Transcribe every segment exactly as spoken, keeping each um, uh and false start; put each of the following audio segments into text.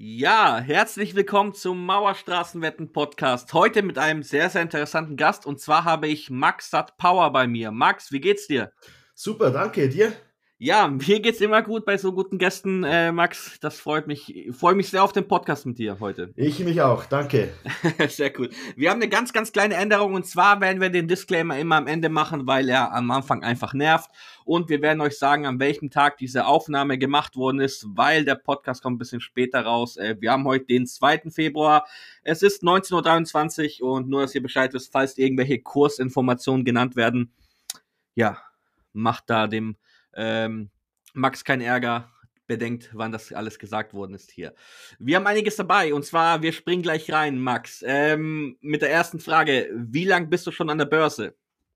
Ja, herzlich willkommen zum Mauerstraßenwetten-Podcast. Heute mit einem sehr, sehr interessanten Gast. Und zwar habe ich Max Sat Power bei mir. Max, wie geht's dir? Super, danke. Dir? Ja, mir geht's immer gut bei so guten Gästen, äh, Max. Das freut mich. Ich freue mich sehr auf den Podcast mit dir heute. Ich mich auch, danke. Sehr cool. Wir haben eine ganz, ganz kleine Änderung. Und zwar werden wir den Disclaimer immer am Ende machen, weil er am Anfang einfach nervt. Und wir werden euch sagen, an welchem Tag diese Aufnahme gemacht worden ist, weil der Podcast kommt ein bisschen später raus. Äh, wir haben heute den zweiten Februar. Es ist neunzehn Uhr dreiundzwanzig und nur, dass ihr Bescheid wisst, falls irgendwelche Kursinformationen genannt werden, ja, macht da dem ähm, Max keinen Ärger. Bedenkt, wann das alles gesagt worden ist hier. Wir haben einiges dabei und zwar, wir springen gleich rein, Max. Ähm, mit der ersten Frage, wie lang bist du schon an der Börse?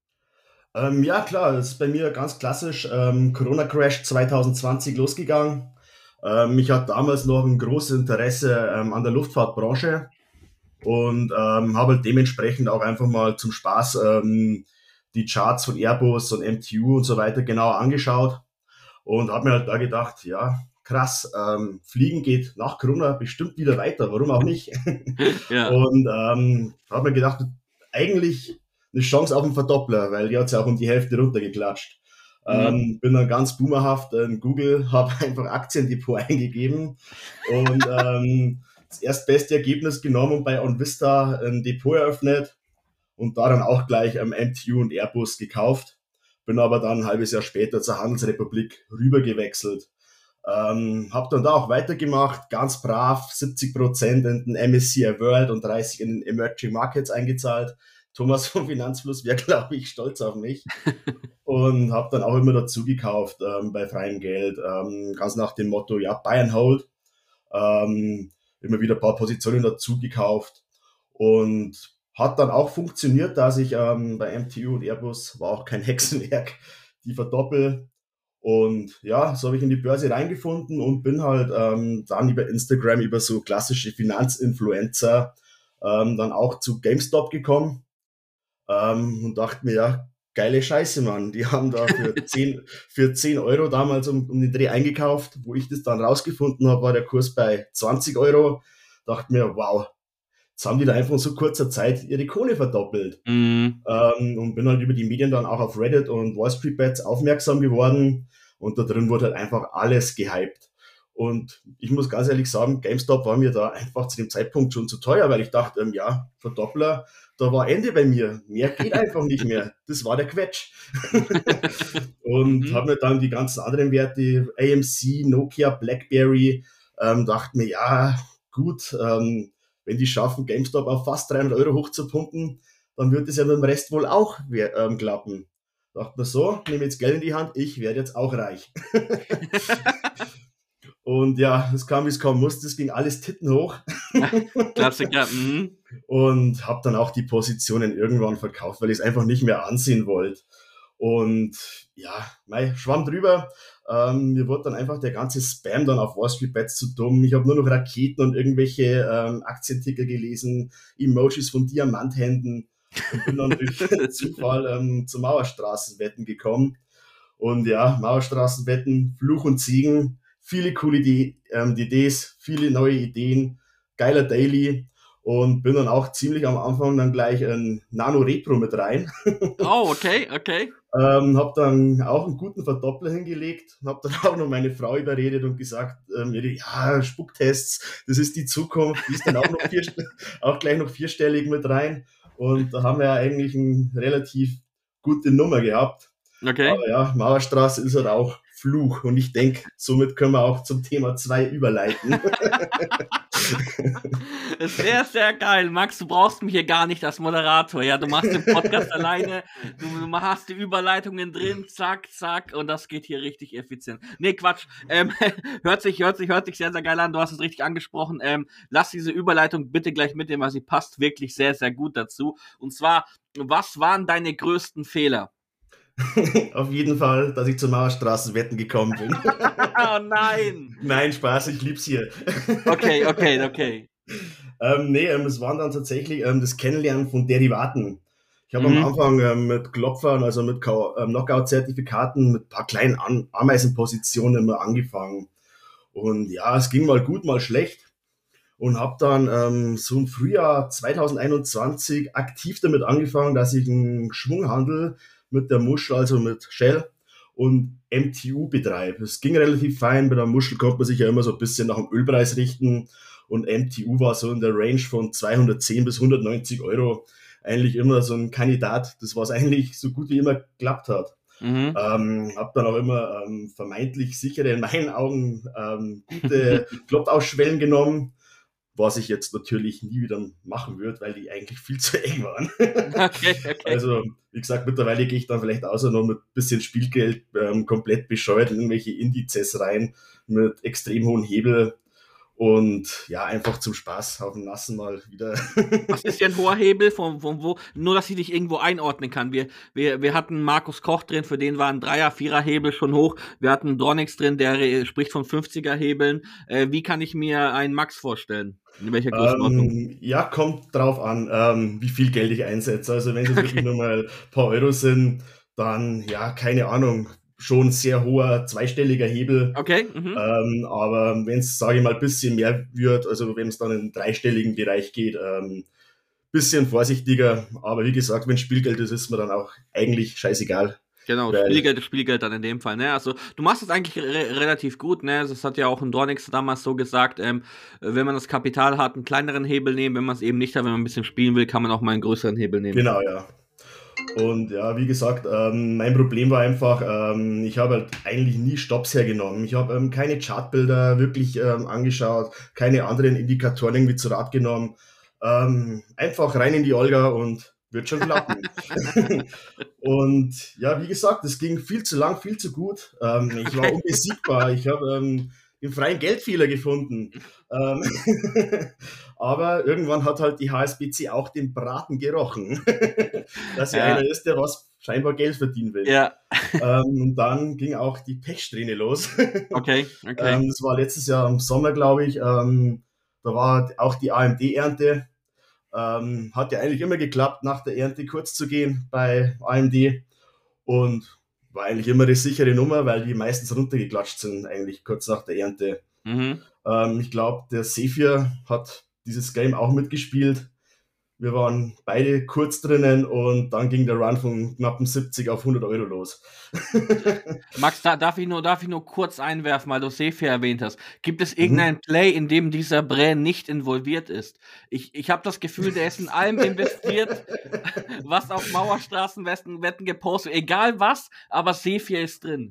Ähm, ja, klar, das ist bei mir ganz klassisch. Ähm, Corona-Crash zwanzig zwanzig losgegangen. Ähm, ich hatte damals noch ein großes Interesse ähm, an der Luftfahrtbranche und ähm, habe halt dementsprechend auch einfach mal zum Spaß ähm, die Charts von Airbus und M T U und so weiter genauer angeschaut und habe mir halt da gedacht, ja, krass, ähm, Fliegen geht nach Corona bestimmt wieder weiter, warum auch nicht? Ja. Und ähm, habe mir gedacht, eigentlich eine Chance auf einen Verdoppler, weil die hat ja auch um die Hälfte runtergeklatscht. Mhm. Ähm, bin dann ganz boomerhaft in Google, habe einfach Aktiendepot eingegeben und ähm, das erstbeste Ergebnis genommen und bei OnVista ein Depot eröffnet und da dann auch gleich ähm, M T U und Airbus gekauft. Bin aber dann ein halbes Jahr später zur Handelsrepublik rüber gewechselt. Ähm, habe dann da auch weitergemacht, ganz brav, siebzig Prozent in den M S C I World und dreißig in den Emerging Markets eingezahlt. Thomas vom Finanzfluss wäre, glaube ich, stolz auf mich. Und habe dann auch immer dazu gekauft ähm, bei freiem Geld, ähm, ganz nach dem Motto, ja, buy and hold. Ähm, immer wieder ein paar Positionen dazu gekauft und hat dann auch funktioniert, dass ich ähm, bei M T U und Airbus, war auch kein Hexenwerk, die verdoppel. Und ja, so habe ich in die Börse reingefunden und bin halt ähm, dann über Instagram, über so klassische Finanzinfluencer ähm, dann auch zu GameStop gekommen ähm, und dachte mir, ja, geile Scheiße, Mann. Die haben da für zehn für zehn Euro damals um, um den Dreh eingekauft. Wo ich das dann rausgefunden habe, war der Kurs bei zwanzig Euro. Dachte mir, wow, jetzt haben die da einfach in so kurzer Zeit ihre Kohle verdoppelt. Mhm. Ähm, und bin halt über die Medien dann auch auf Reddit und Wall Street Bets aufmerksam geworden. Und da drin wurde halt einfach alles gehypt. Und ich muss ganz ehrlich sagen, GameStop war mir da einfach zu dem Zeitpunkt schon zu teuer, weil ich dachte, ähm, ja, Verdoppler, da war Ende bei mir. Mehr geht einfach nicht mehr. Das war der Quetsch. Und Mhm. habe mir dann die ganzen anderen Werte, A M C, Nokia, BlackBerry, ähm, dachte mir, ja, gut, ähm, wenn die schaffen, GameStop auf fast dreihundert Euro hochzupumpen, dann wird es ja mit dem Rest wohl auch ähm, klappen. Dachte mir so, nehme jetzt Geld in die Hand, ich werde jetzt auch reich. Und ja, es kam, wie es kommen musste, es ging alles Titten hoch. Klassiker. Mhm. Und habe dann auch die Positionen irgendwann verkauft, weil ich es einfach nicht mehr ansehen wollte. Und ja, mei, schwamm drüber. Ähm, mir wurde dann einfach der ganze Spam dann auf Wall Street Bets zu dumm. Ich habe nur noch Raketen und irgendwelche ähm, Aktienticker gelesen, Emojis von Diamanthänden und bin dann durch Zufall ähm, zu Mauerstraßenwetten gekommen. Und ja, Mauerstraßenwetten, Fluch und Segen, viele coole D ähm, D Ds, viele neue Ideen, geiler Daily und bin dann auch ziemlich am Anfang dann gleich ein Nano Retro mit rein. Oh, okay, okay. Ähm, habe dann auch einen guten Verdoppler hingelegt, habe dann auch noch meine Frau überredet und gesagt, ähm, ja, Spucktests, das ist die Zukunft, die ist dann auch noch vier, auch gleich noch vierstellig mit rein und da haben wir ja eigentlich eine relativ gute Nummer gehabt. Okay. Aber ja, Mauerstraße ist halt auch Fluch und ich denke, somit können wir auch zum Thema zwei überleiten. Sehr, sehr geil. Max, du brauchst mich hier gar nicht als Moderator. Ja, du machst den Podcast alleine, du, du hast die Überleitungen drin, zack, zack, und das geht hier richtig effizient. Nee, Quatsch. Ähm, hört sich, hört sich, hört sich sehr, sehr geil an. Du hast es richtig angesprochen. Ähm, lass diese Überleitung bitte gleich mitnehmen, weil sie passt wirklich sehr, sehr gut dazu. Und zwar, was waren deine größten Fehler? Auf jeden Fall, dass ich zur Mauerstraßenwetten gekommen bin. Oh nein! Nein, Spaß, ich lieb's hier. Okay, okay, okay. ähm, nee, ähm, es waren dann tatsächlich ähm, das Kennenlernen von Derivaten. Ich habe am Mhm. Anfang ähm, mit Klopfern, also mit K- ähm, Knockout-Zertifikaten, mit ein paar kleinen An Ameisenpositionen immer angefangen. Und ja, es ging mal gut, mal schlecht. und habe dann ähm, so im Frühjahr zwanzig einundzwanzig aktiv damit angefangen, dass ich einen Schwunghandel mit der Muschel, also mit Shell und M T U betreibe. Es ging relativ fein, bei der Muschel konnte man sich ja immer so ein bisschen nach dem Ölpreis richten und M T U war so in der Range von zweihundertzehn bis hundertneunzig Euro eigentlich immer so ein Kandidat, das was eigentlich so gut wie immer geklappt hat. Mhm. Ähm, habe dann auch immer ähm, vermeintlich sichere, in meinen Augen ähm, gute Flottausschwellen genommen, was ich jetzt natürlich nie wieder machen würde, weil die eigentlich viel zu eng waren. Okay, okay. Also, wie gesagt, mittlerweile gehe ich dann vielleicht außer noch mit ein bisschen Spielgeld ähm, komplett bescheuert in irgendwelche Indizes rein mit extrem hohen Hebel und ja, einfach zum Spaß auf dem Nassen mal wieder. Was ist hier ein hoher Hebel? Von, von wo? Nur, dass ich dich irgendwo einordnen kann. Wir, wir, wir hatten Markus Koch drin, für den war ein Dreier-, Vierer-Hebel schon hoch. Wir hatten Dronix drin, der äh, spricht von fünfziger-Hebeln. Äh, wie kann ich mir einen Max vorstellen? In welcher Größenordnung? Ähm, ja, kommt drauf an, ähm, wie viel Geld ich einsetze. Also wenn es jetzt wirklich Okay. nur mal ein paar Euro sind, dann ja, keine Ahnung, schon sehr hoher zweistelliger Hebel. Okay, mhm. Ähm, aber wenn es, sage ich mal, ein bisschen mehr wird, also wenn es dann in den dreistelligen Bereich geht, ähm, bisschen vorsichtiger. Aber wie gesagt, wenn Spielgeld ist, ist mir dann auch eigentlich scheißegal. Genau, Weil, Spielgeld ist Spielgeld dann in dem Fall, ne? Also du machst es eigentlich re relativ gut, ne? Das hat ja auch ein Dronix damals so gesagt, ähm, wenn man das Kapital hat, einen kleineren Hebel nehmen, wenn man es eben nicht hat, wenn man ein bisschen spielen will, kann man auch mal einen größeren Hebel nehmen. genau, ja. Und ja, wie gesagt, ähm, mein Problem war einfach, ähm, ich habe halt eigentlich nie Stops hergenommen. Ich habe ähm, keine Chartbilder wirklich ähm, angeschaut, keine anderen Indikatoren irgendwie zu Rat genommen. Ähm, einfach rein in die Olga und wird schon klappen. Und ja, wie gesagt, es ging viel zu lang, viel zu gut. Ähm, ich war Okay. unbesiegbar. Ich habe ähm, den freien Geldfehler gefunden. Ähm, aber irgendwann hat halt die H S B C auch den Braten gerochen, dass sie einer Ja, ist, der was scheinbar Geld verdienen will. ja, Ähm, und dann ging auch die Pechsträhne los. okay, okay. ähm, das war letztes Jahr im Sommer, glaube ich. Ähm, da war auch die A M D-Ernte. Ähm, hat ja eigentlich immer geklappt, nach der Ernte kurz zu gehen bei A M D und war eigentlich immer die sichere Nummer, weil die meistens runtergeklatscht sind, eigentlich kurz nach der Ernte. Mhm. Ähm, ich glaube, der Sephir hat dieses Game auch mitgespielt. Wir waren beide kurz drinnen und dann ging der Run von knappen siebzig auf hundert Euro los. Max, da, darf ich nur, darf ich nur kurz einwerfen, weil du Sephir erwähnt hast. Gibt es Mhm. irgendein Play, in dem dieser Brä nicht involviert ist? Ich, ich habe das Gefühl, der ist in allem investiert, was auf Mauerstraßenwetten Wetten gepostet, egal was, aber Sephir ist drin.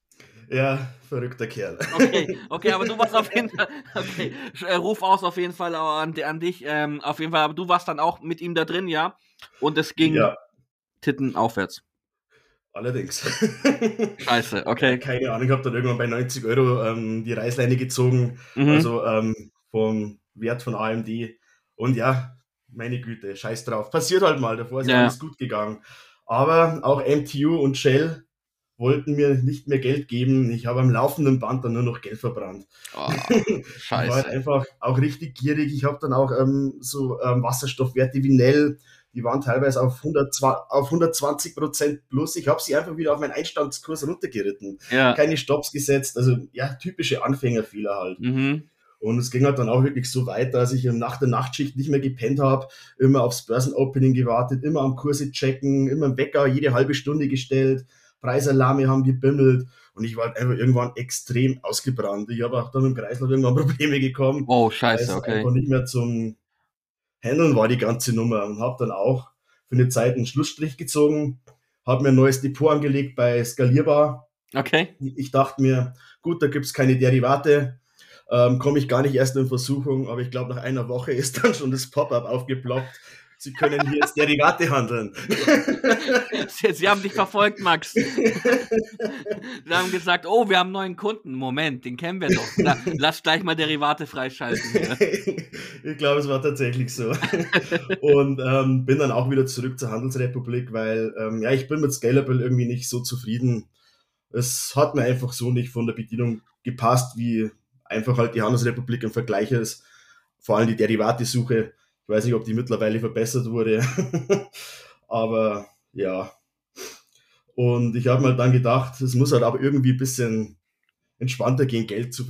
Ja, verrückter Kerl. Okay, okay, aber du warst auf jeden Fall, okay, sch- äh, ruf aus auf jeden Fall an, an dich, ähm, auf jeden Fall, aber du warst dann auch mit ihm da drin, ja? Und es ging Ja, Titten aufwärts. allerdings. Scheiße, Ja, okay. keine Ahnung, ich habe dann irgendwann bei neunzig Euro ähm, die Reißleine gezogen, Mhm. also ähm, vom Wert von A M D. Und ja, meine Güte, scheiß drauf. Passiert halt mal, davor ist ja Ja. alles gut gegangen. Aber auch M T U und Shell wollten mir nicht mehr Geld geben. Ich habe am laufenden Band dann nur noch Geld verbrannt. Oh, Ich war halt scheiße. einfach auch richtig gierig. Ich habe dann auch ähm, so ähm, Wasserstoffwerte wie Nell, die waren teilweise auf, hundert, auf hundertzwanzig Prozent plus. Ich habe sie einfach wieder auf meinen Einstandskurs runtergeritten. Ja. Keine Stops gesetzt. Also ja, typische Anfängerfehler halt. Mhm. Und es ging halt dann auch wirklich so weiter, dass ich nach der Nachtschicht nicht mehr gepennt habe, immer aufs Börsenopening gewartet, immer am Kurse checken, immer im Wecker jede halbe Stunde gestellt, Preisalarme haben gebimmelt und ich war halt einfach irgendwann extrem ausgebrannt. Ich habe auch dann im Kreislauf irgendwann Probleme gekommen, Oh, weil scheiße, es okay. einfach nicht mehr zum Handeln war, die ganze Nummer. Und habe dann auch für eine Zeit einen Schlussstrich gezogen, habe mir ein neues Depot angelegt bei Skalierbar. Okay. Ich dachte mir, gut, da gibt es keine Derivate, ähm, komme ich gar nicht erst in Versuchung, aber ich glaube, nach einer Woche ist dann schon das Pop-up aufgeploppt. Sie können hier jetzt Derivate handeln. Sie, Sie haben dich verfolgt, Max. Sie haben gesagt, oh, wir haben einen neuen Kunden. Moment, den kennen wir doch. La, lass gleich mal Derivate freischalten hier. Ich glaube, es war tatsächlich so. Und ähm, bin dann auch wieder zurück zur Handelsrepublik, weil ähm, ja, ich bin mit Scalable irgendwie nicht so zufrieden. Es hat mir einfach so nicht von der Bedienung gepasst, wie einfach halt die Handelsrepublik im Vergleich ist. Vor allem die Derivate-Suche. Ich weiß nicht, ob die mittlerweile verbessert wurde. Aber ja. Und ich habe mir halt dann gedacht, es muss halt auch irgendwie ein bisschen entspannter gehen, Geld zu,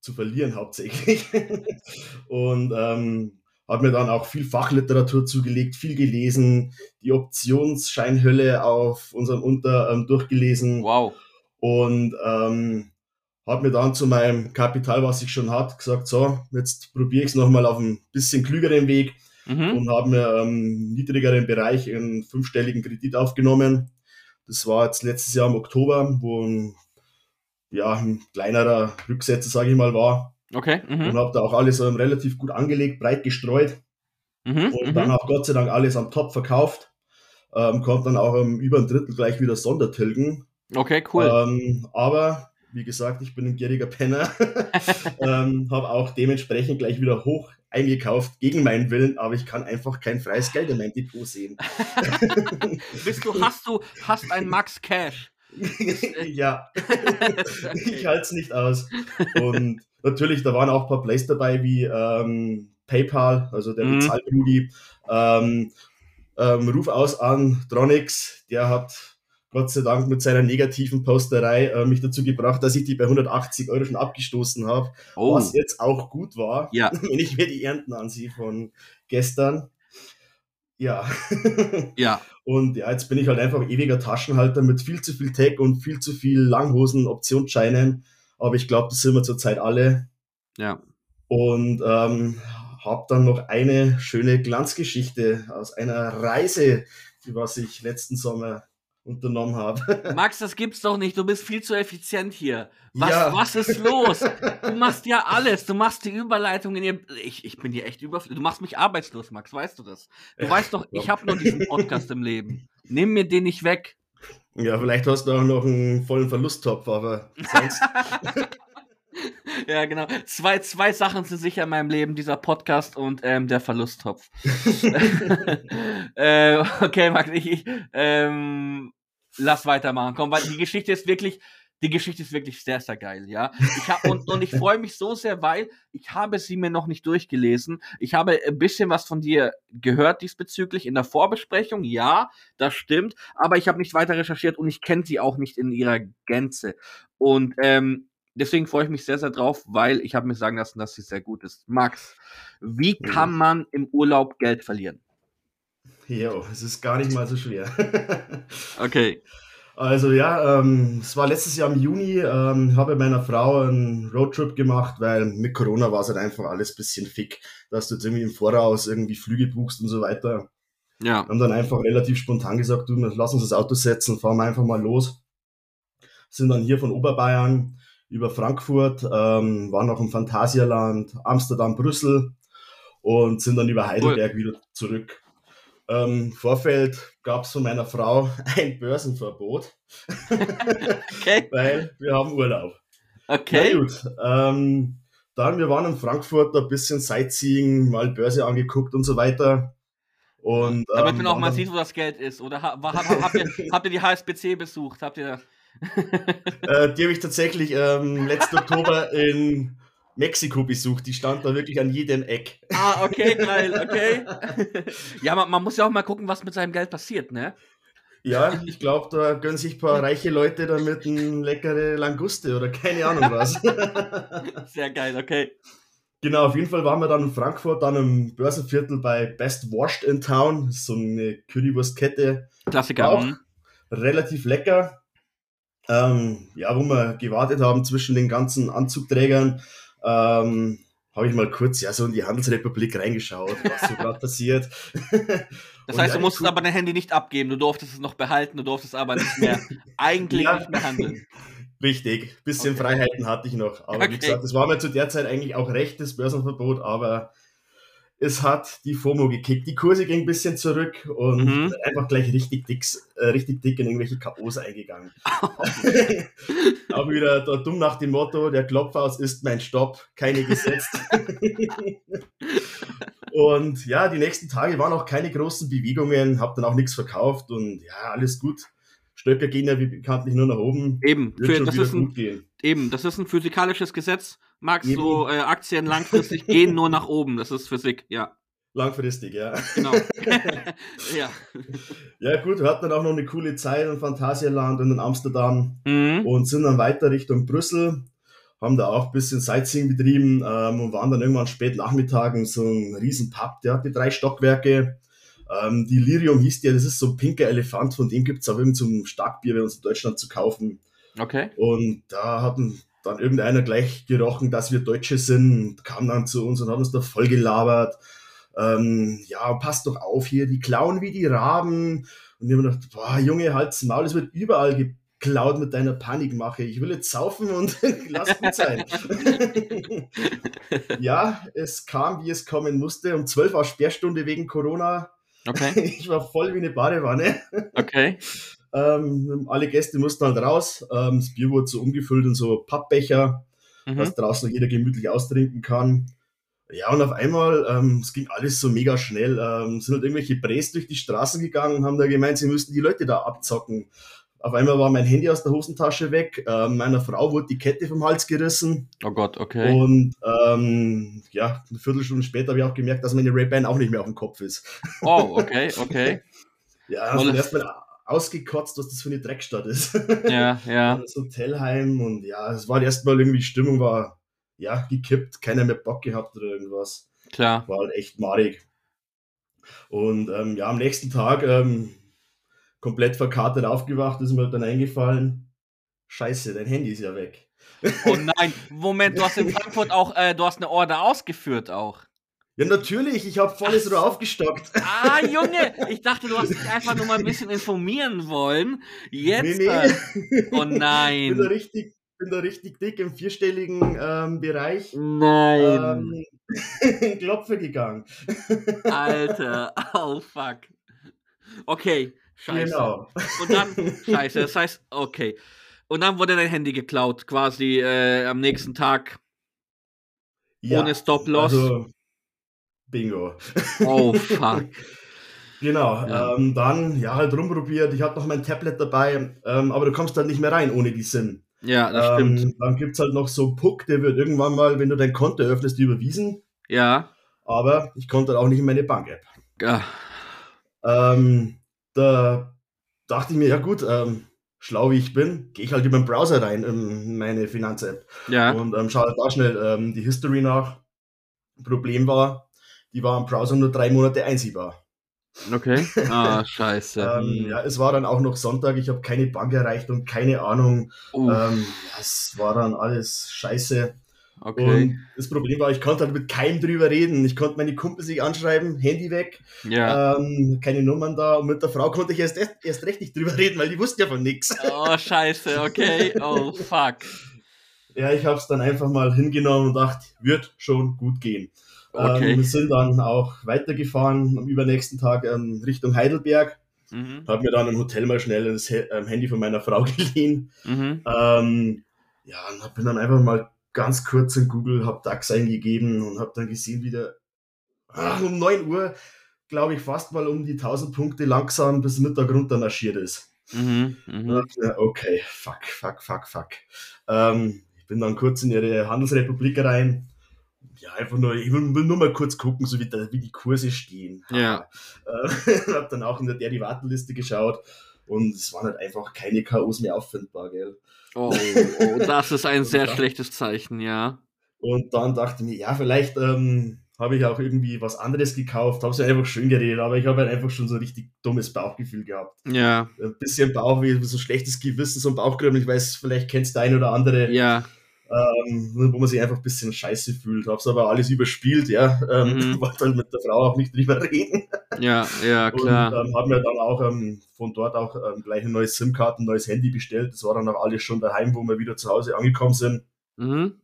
zu verlieren hauptsächlich. Und ähm, habe mir dann auch viel Fachliteratur zugelegt, viel gelesen, die Optionsscheinhölle auf unserem Unter ähm, durchgelesen. Wow. Und ähm, habe mir dann zu meinem Kapital, was ich schon hatte, gesagt, so, jetzt probiere ich es nochmal auf ein bisschen klügeren Weg Mhm. und habe mir im niedrigeren Bereich einen fünfstelligen Kredit aufgenommen. Das war jetzt letztes Jahr im Oktober, wo ein, ja, ein kleinerer Rücksetzer, sage ich mal, war. Okay. Und Mhm. habe da auch alles ähm, relativ gut angelegt, breit gestreut Mhm. und dann Mhm. auch Gott sei Dank alles am Top verkauft. Ähm, konnte dann auch ähm, über ein Drittel gleich wieder Sondertilgen. Okay, cool. Ähm, aber, wie gesagt, ich bin ein gieriger Penner. ähm, habe auch dementsprechend gleich wieder hoch eingekauft, gegen meinen Willen, aber ich kann einfach kein freies Geld in meinem Depot sehen. Bist du, hast du, hast ein Max Cash? Ja, Okay. ich halte es nicht aus. Und natürlich, da waren auch ein paar Plays dabei, wie ähm, PayPal, also der Mhm. Bezahlbrudi. Ähm, ähm, Ruf aus an Tronix, der hat Gott sei Dank mit seiner negativen Posterei äh, mich dazu gebracht, dass ich die bei hundertachtzig Euro schon abgestoßen habe, was Oh, jetzt auch gut war, ja. wenn ich mir die Ernten ansehe von gestern. Ja. Ja. Und ja, jetzt bin ich halt einfach ewiger Taschenhalter mit viel zu viel Tech und viel zu viel Langhosen, Optionsscheinen. Aber ich glaube, das sind wir zurzeit alle. Ja. Und ähm, habe dann noch eine schöne Glanzgeschichte aus einer Reise, die was ich letzten Sommer unternommen habe. Max, das gibt's doch nicht. Du bist viel zu effizient hier. Was, Ja. was ist los? Du machst ja alles. Du machst die Überleitungen. Ich, ich bin dir echt überflüssig. Du machst mich arbeitslos, Max. Weißt du das? Du Ja, weißt doch, ich habe nur diesen Podcast im Leben. Nimm mir den nicht weg. Ja, vielleicht hast du auch noch einen vollen Verlusttopf, aber sonst. Ja, genau. Zwei, zwei Sachen sind sicher in meinem Leben, dieser Podcast und ähm, der Verlusttopf. äh, okay, Max, ich, ich ähm, lass weitermachen. Komm, weil die Geschichte ist wirklich, die Geschichte ist wirklich sehr, sehr geil, ja. Ich hab, und, und ich freue mich so sehr, weil ich habe sie mir noch nicht durchgelesen. Ich habe ein bisschen was von dir gehört diesbezüglich in der Vorbesprechung, ja, das stimmt, aber ich habe nicht weiter recherchiert und ich kenne sie auch nicht in ihrer Gänze. Und ähm, deswegen freue ich mich sehr, sehr drauf, weil ich habe mir sagen lassen, dass sie sehr gut ist. Max, wie kann man im Urlaub Geld verlieren? Ja, es ist gar nicht mal so schwer. Okay. Also ja, ähm, es war letztes Jahr im Juni, ähm, habe mit meiner Frau einen Roadtrip gemacht, weil mit Corona war es halt einfach alles ein bisschen fick, dass du jetzt irgendwie im Voraus irgendwie Flüge buchst und so weiter. Ja. Haben dann einfach relativ spontan gesagt, du, lass uns das Auto setzen, fahren wir einfach mal los. Sind dann hier von Oberbayern über Frankfurt, ähm, waren noch im Phantasialand, Amsterdam, Brüssel und sind dann über Heidelberg cool. wieder zurück. Ähm, Vorfeld gab es von meiner Frau ein Börsenverbot, okay. weil wir haben Urlaub. Okay. Na gut, ähm, dann, wir waren in Frankfurt, ein bisschen Sightseeing, mal Börse angeguckt und so weiter. Und, ja, damit ähm, man auch mal sieht, wo das Geld ist. Oder ha ha habt, ihr, habt ihr die H S B C besucht? Habt ihr äh, die habe ich tatsächlich ähm, letzten Oktober in Mexiko besucht. Die stand da wirklich an jedem Eck. Ah, okay, geil, okay. Ja, man, man muss ja auch mal gucken, was mit seinem Geld passiert, ne? Ja, ich glaube, da gönnen sich ein paar reiche Leute damit eine leckere Languste oder keine Ahnung was. Sehr geil, okay. Genau, auf jeden Fall waren wir dann in Frankfurt, dann im Börsenviertel bei Best Washed in Town. Das ist so eine Currywurstkette. Klassiker. Auch relativ lecker. Ähm, ja, wo wir gewartet haben zwischen den ganzen Anzugträgern, ähm, habe ich mal kurz ja so in die Handelsrepublik reingeschaut, was so gerade passiert. Das heißt, ja, du musstest aber dein Handy nicht abgeben, du durftest es noch behalten, du durftest aber nicht mehr, eigentlich ja. nicht mehr handeln. Richtig, bisschen okay. Freiheiten hatte ich noch. Aber okay. wie gesagt, das war mir zu der Zeit eigentlich auch recht, das Börsenverbot, aber es hat die FOMO gekickt. Die Kurse gingen ein bisschen zurück und mhm. einfach gleich richtig dick, äh, richtig dick in irgendwelche K Os eingegangen. Auch wieder da dumm nach dem Motto, der Klopfhaus ist mein Stopp, keine gesetzt. Und ja, die nächsten Tage waren auch keine großen Bewegungen, habe dann auch nichts verkauft und ja, alles gut. Stöcker gehen ja wie bekanntlich nur nach oben. Eben, für, das, ist ein, eben das ist ein physikalisches Gesetz. Max, eben. So äh, Aktien langfristig gehen nur nach oben. Das ist Physik, ja. Langfristig, ja. Genau. ja. Ja gut, wir hatten dann auch noch eine coole Zeit in Phantasialand und in Amsterdam mhm. und sind dann weiter Richtung Brüssel. haben da auch ein bisschen Sightseeing betrieben ähm, und waren dann irgendwann spät Nachmittag in so einem riesen Pub, der hatte drei Stockwerke. Ähm, die Lirium hieß der, das ist so ein pinker Elefant, von dem gibt es auch irgend so ein Starkbier bei uns in Deutschland zu kaufen. Okay. Und da hatten dann irgendeiner gleich gerochen, dass wir Deutsche sind, kam dann zu uns und hat uns da voll gelabert. Ähm, ja, passt doch auf hier, die klauen wie die Raben. Und ich habe mir gedacht, boah, Junge, halt's Maul, es wird überall geklaut mit deiner Panikmache. Ich will jetzt saufen und lass gut sein. Ja, es kam, wie es kommen musste. Um zwölf war Sperrstunde wegen Corona. Okay. Ich war voll wie eine Badewanne. Okay. Ähm, alle Gäste mussten halt raus. Ähm, das Bier wurde so umgefüllt in so Pappbecher, Mhm. dass draußen jeder gemütlich austrinken kann. Ja, und auf einmal, ähm, es ging alles so mega schnell. Ähm, sind halt irgendwelche Bres durch die Straßen gegangen und haben da gemeint, sie müssten die Leute da abzocken. Auf einmal war mein Handy aus der Hosentasche weg. Ähm, meiner Frau wurde die Kette vom Hals gerissen. Oh Gott, okay. Und ähm, ja, eine Viertelstunde später habe ich auch gemerkt, dass meine Ray-Ban auch nicht mehr auf dem Kopf ist. Oh, okay, okay. Ja, also erstmal ausgekotzt, was das für eine Dreckstadt ist. Ja, ja. Das Hotelheim und ja, es war erstmal irgendwie, die Stimmung war ja gekippt, keiner mehr Bock gehabt oder irgendwas. Klar. War halt echt madig. Und ähm, ja, am nächsten Tag ähm, komplett verkatert aufgewacht, ist mir dann eingefallen, scheiße, dein Handy ist ja weg. Oh nein, Moment, du hast in Frankfurt auch, äh, du hast eine Order ausgeführt auch. Ja, natürlich, ich habe volles Rohr aufgestockt. Ah, Junge, ich dachte, du hast dich einfach nur mal ein bisschen informieren wollen. Jetzt? Nee, nee. Oh nein. bin da richtig, bin da richtig dick im vierstelligen ähm, Bereich. Nein. Ähm, Klopfe gegangen. Alter, oh fuck. Okay, scheiße. Genau. Und dann, scheiße, das heißt, okay. Und dann wurde dein Handy geklaut, quasi äh, am nächsten Tag. Ja, ohne Stop-Loss. Also, Bingo. Oh, fuck. Genau, Ja. ähm, dann, ja, halt rumprobiert. Ich hatte noch mein Tablet dabei, ähm, aber du kommst halt nicht mehr rein ohne die SIM. Ja, das ähm, stimmt. Dann gibt es halt noch so einen Puck, der wird irgendwann mal, wenn du dein Konto öffnest, überwiesen. Ja. Aber ich konnte halt auch nicht in meine Bank-App. Ja. Ähm, da dachte ich mir, ja gut, ähm, schlau wie ich bin, gehe ich halt über den Browser rein in meine Finanz-App. Ja. Und ähm, schaue halt da schnell ähm, die History nach. Problem war, die war im Browser nur drei Monate einsehbar. Okay. Ah, scheiße. ähm, hm. Ja, es war dann auch noch Sonntag, ich habe keine Bank erreicht und keine Ahnung. Uff. Ähm, ja, es war dann alles scheiße. Okay. Und das Problem war, ich konnte halt mit keinem drüber reden. Ich konnte meine Kumpels nicht anschreiben, Handy weg, Ja. ähm, keine Nummern da. Und mit der Frau konnte ich erst, erst recht nicht drüber reden, weil die wusste ja von nichts. Oh, scheiße, okay. Oh, fuck. Ja, ich habe es dann einfach mal hingenommen und dachte, wird schon gut gehen. Okay. Ähm, wir sind dann auch weitergefahren am übernächsten Tag ähm, Richtung Heidelberg. Mhm. Habe mir dann im Hotel mal schnell das He- ähm, Handy von meiner Frau geliehen. Mhm. Ähm, ja, und bin dann einfach mal ganz kurz in Google, habe D A X eingegeben und habe dann gesehen, wie der ach, um neun Uhr, glaube ich, fast mal um die tausend Punkte langsam bis Mittag runter marschiert ist. Mhm. Mhm. Und dachte mir, okay, fuck, fuck, fuck, fuck. Ähm, ich bin dann kurz in ihre Handelsrepublik rein. Ja, einfach nur, ich will, will nur mal kurz gucken, so wie, da, wie die Kurse stehen. Ja. Äh, habe dann auch in der Derivatenliste geschaut und es waren halt einfach keine K Os mehr auffindbar, gell. Oh, oh, das ist ein sehr dann, schlechtes Zeichen, ja. Und dann dachte ich mir, ja, vielleicht ähm, habe ich auch irgendwie was anderes gekauft, habe es ja einfach schön geredet, aber ich habe halt einfach schon so ein richtig dummes Bauchgefühl gehabt. Ja. Ein bisschen Bauchweh, so ein schlechtes Gewissen, so ein Bauchkribbeln, ich weiß, vielleicht kennst du ein oder andere. Ja. Ähm, wo man sich einfach ein bisschen scheiße fühlt. Hab's aber alles überspielt, ja. Ähm, Mhm. wollte halt mit der Frau auch nicht drüber reden. Ja, ja, klar. Und ähm, haben mir dann auch ähm, von dort auch ähm, gleich eine neue SIM-Karte, ein neues Handy bestellt. Das war dann auch alles schon daheim, wo wir wieder zu Hause angekommen sind. Mhm.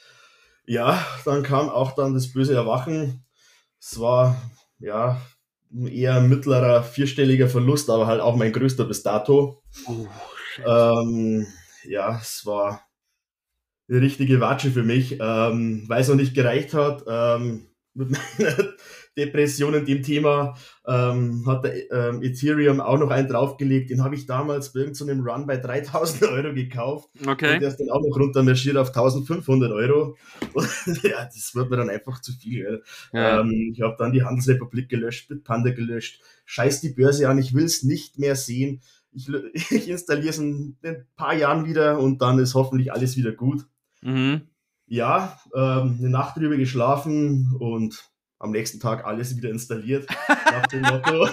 Ja, dann kam auch dann das böse Erwachen. Es war, ja, eher ein mittlerer, vierstelliger Verlust, aber halt auch mein größter bis dato. Oh, shit. Ähm, ja, es war die richtige Watsche für mich, ähm, weil es noch nicht gereicht hat. Ähm, mit meiner Depression in dem Thema ähm, hat der ähm, Ethereum auch noch einen draufgelegt. Den habe ich damals bei irgendeinem so Run bei dreitausend Euro gekauft. Okay. Und der ist dann auch noch runtermarschiert auf eintausendfünfhundert Euro. Und, ja, das wird mir dann einfach zu viel. Ja. Ähm, ich habe dann die Handelsrepublik gelöscht, Bitpanda gelöscht. Scheiß die Börse an, ich will es nicht mehr sehen. Ich, ich installiere es in ein paar Jahren wieder und dann ist hoffentlich alles wieder gut. Mhm. Ja, ähm, eine Nacht drüber geschlafen und am nächsten Tag alles wieder installiert. Nach dem Motto,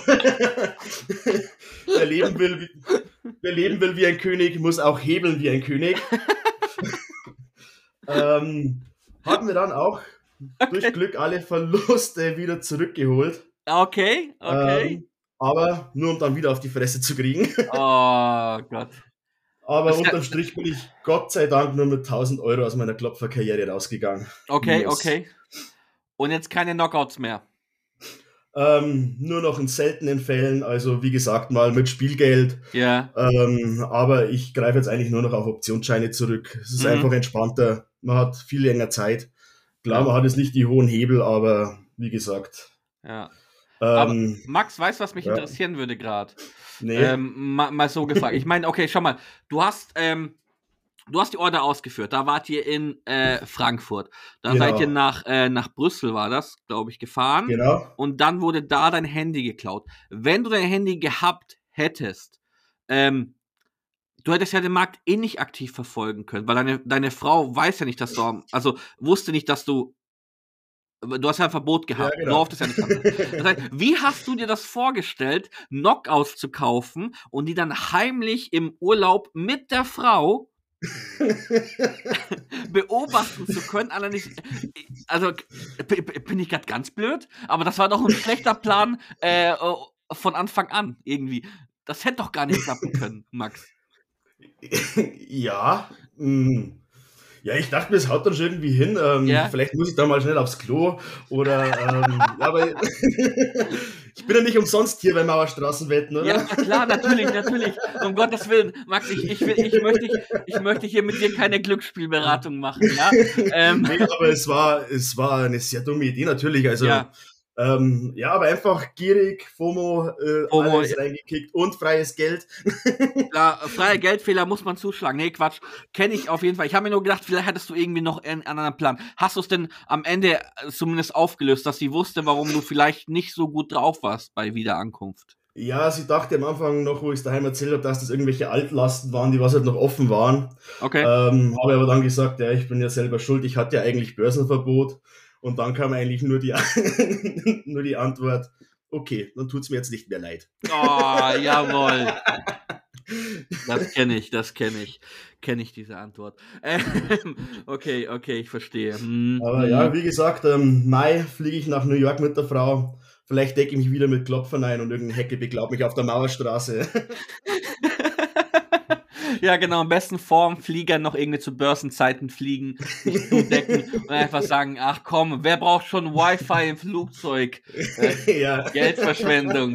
wer leben will, wie, wer leben will wie ein König, muss auch hebeln wie ein König. Ähm, haben wir dann auch durch Okay. Glück alle Verluste wieder zurückgeholt. Okay, okay. Ähm, aber nur um dann wieder auf die Fresse zu kriegen. Oh Gott. Aber Das kann, unterm Strich bin ich Gott sei Dank nur mit tausend Euro aus meiner Klopferkarriere rausgegangen. okay, Minus. okay. Und jetzt keine Knockouts mehr. Ähm, nur noch in seltenen Fällen, also wie gesagt, mal mit Spielgeld. Ja. Ähm, aber ich greife jetzt eigentlich nur noch auf Optionsscheine zurück. Es ist Mhm. einfach entspannter. Man hat viel länger Zeit. Klar, Ja. man hat jetzt nicht die hohen Hebel, aber wie gesagt. Ja. Aber Ähm, Max, weißt du, was mich ja, interessieren würde gerade? nee, Ähm, mal, mal so gefragt. Ich meine, okay, schau mal, du hast, ähm, du hast die Order ausgeführt. Da wart ihr in äh, Frankfurt. Dann seid ihr genau, nach, äh, nach Brüssel, war das, glaube ich, gefahren. genau. Und dann wurde da dein Handy geklaut. Wenn du dein Handy gehabt hättest, ähm, du hättest ja den Markt eh nicht aktiv verfolgen können, weil deine, deine Frau weiß ja nicht, dass du, am- also wusste nicht, dass du, du hast ja ein Verbot Ja, gehabt. Du genau. durftest ja nicht handeln. Das heißt, wie hast du dir das vorgestellt, Knockouts zu kaufen und die dann heimlich im Urlaub mit der Frau beobachten zu können? Allerdings, also b- b- bin ich gerade ganz blöd, aber das war doch ein schlechter Plan äh, von Anfang an irgendwie. Das hätte doch gar nicht klappen können, Max. Ja, mh. Ja, ich dachte mir, es haut dann schon irgendwie hin. Ähm, Ja, vielleicht muss ich da mal schnell aufs Klo oder, ähm, ja, aber ich bin ja nicht umsonst hier bei Mauerstraßenwetten, ja, oder? klar, natürlich, natürlich. Um Gottes Willen, Max, ich, ich, will, ich, möchte, ich, ich möchte hier mit dir keine Glücksspielberatung machen, ja? Ähm, Nee, aber es war, es war eine sehr dumme Idee natürlich. Also, ja, ähm, ja, aber einfach gierig, FOMO, äh, Homo, alles reingekickt und freies Geld. ja, freie Geldfehler muss man zuschlagen. Nee, Quatsch, kenne ich auf jeden Fall. Ich habe mir nur gedacht, vielleicht hattest du irgendwie noch einen anderen Plan. Hast du es denn am Ende äh, zumindest aufgelöst, dass sie wusste, warum du vielleicht nicht so gut drauf warst bei Wiederankunft? Ja, sie dachte am Anfang noch, wo ich es daheim erzählt habe, dass das irgendwelche Altlasten waren, die was halt noch offen waren. Okay. Ähm, habe aber dann gesagt, ja, ich bin ja selber schuld, ich hatte ja eigentlich Börsenverbot. Und dann kam eigentlich nur die, nur die Antwort, okay, dann tut's mir jetzt nicht mehr leid. Oh, jawohl. Das kenne ich, das kenne ich. Kenne ich diese Antwort. Ähm, okay, okay, ich verstehe. Hm, Aber ja, hm. wie gesagt, im Mai fliege ich nach New York mit der Frau. Vielleicht decke ich mich wieder mit Klopfern ein und irgendein Hecke beglaubt mich auf der Mauerstraße. Ja, genau, am besten vorm Flieger noch irgendwie zu Börsenzeiten fliegen, sich zudecken und einfach sagen, ach komm, wer braucht schon Wi-Fi im Flugzeug? Äh, Ja. Geldverschwendung.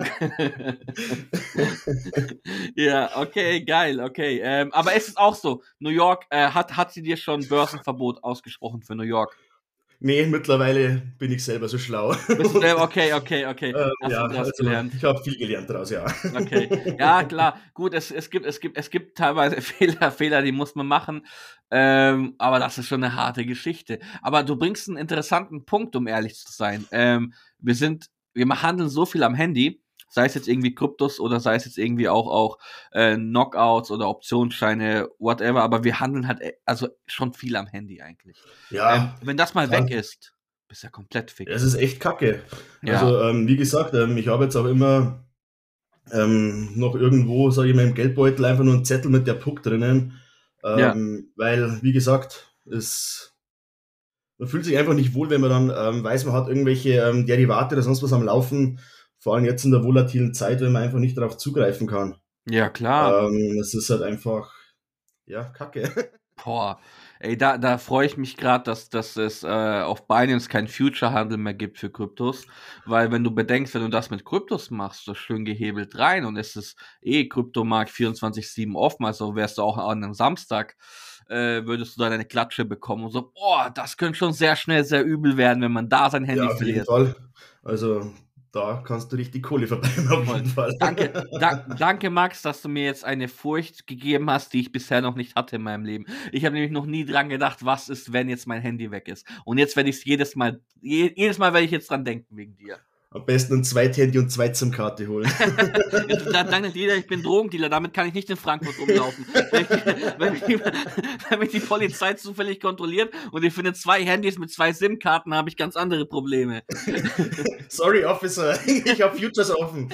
Ja, okay, geil, okay. Ähm, aber es ist auch so, New York, äh, hat, hat sie dir schon Börsenverbot ausgesprochen für New York? Nee, mittlerweile bin ich selber so schlau. Bist du Und, selber, okay, okay, okay, ähm, hast du ja, draus also gelernt? ich habe viel gelernt daraus, ja. Okay. Ja, klar. Gut, es, es gibt, es gibt, es gibt teilweise Fehler, Fehler, die muss man machen. Ähm, aber das ist schon eine harte Geschichte. Aber du bringst einen interessanten Punkt, um ehrlich zu sein. Ähm, wir sind, wir handeln so viel am Handy, sei es jetzt irgendwie Kryptos oder sei es jetzt irgendwie auch, auch äh, Knockouts oder Optionsscheine, whatever, aber wir handeln halt äh, also schon viel am Handy eigentlich. Ähm, Ja, wenn das mal weg ja, ist, bist du ja komplett es fix. ist echt kacke. Ja, Also, ähm, wie gesagt, ähm, ich habe jetzt auch immer ähm, noch irgendwo, sage ich mal, im Geldbeutel einfach nur einen Zettel mit der Puck drinnen. ja. Ähm, weil, wie gesagt, es, man fühlt sich einfach nicht wohl, wenn man dann ähm, weiß, man hat irgendwelche ähm, Derivate oder sonst was am Laufen. Vor allem jetzt in der volatilen Zeit, wenn man einfach nicht darauf zugreifen kann. Ja, klar. Ähm, es ist halt einfach, ja, kacke. Boah, ey, da, da freue ich mich gerade, dass, dass es äh, auf Binance keinen Future-Handel mehr gibt für Kryptos, weil wenn du bedenkst, wenn du das mit Kryptos machst, so schön gehebelt rein und es ist eh Kryptomarkt vierundzwanzig sieben offen, also wärst du auch an einem Samstag, äh, würdest du da deine Klatsche bekommen und so, boah, das könnte schon sehr schnell sehr übel werden, wenn man da sein Ja, Handy auf jeden verliert. Fall. Also, da kannst du richtig Kohle verdienen, auf Voll. jeden Fall. Danke, da, danke, Max, dass du mir jetzt eine Furcht gegeben hast, die ich bisher noch nicht hatte in meinem Leben. Ich habe nämlich noch nie dran gedacht, was ist, wenn jetzt mein Handy weg ist. Und jetzt werde ich es jedes Mal, je, jedes Mal werde ich jetzt dran denken wegen dir. Am besten ein Zweithandy und zwei SIM-Karte holen. Ja, danke dir, ich bin Drogendealer, damit kann ich nicht in Frankfurt rumlaufen. Wenn, ich, wenn, mich, wenn mich die Polizei zufällig kontrolliert und ich finde zwei Handys mit zwei SIM-Karten, habe ich ganz andere Probleme. Sorry, Officer, ich habe Futures offen.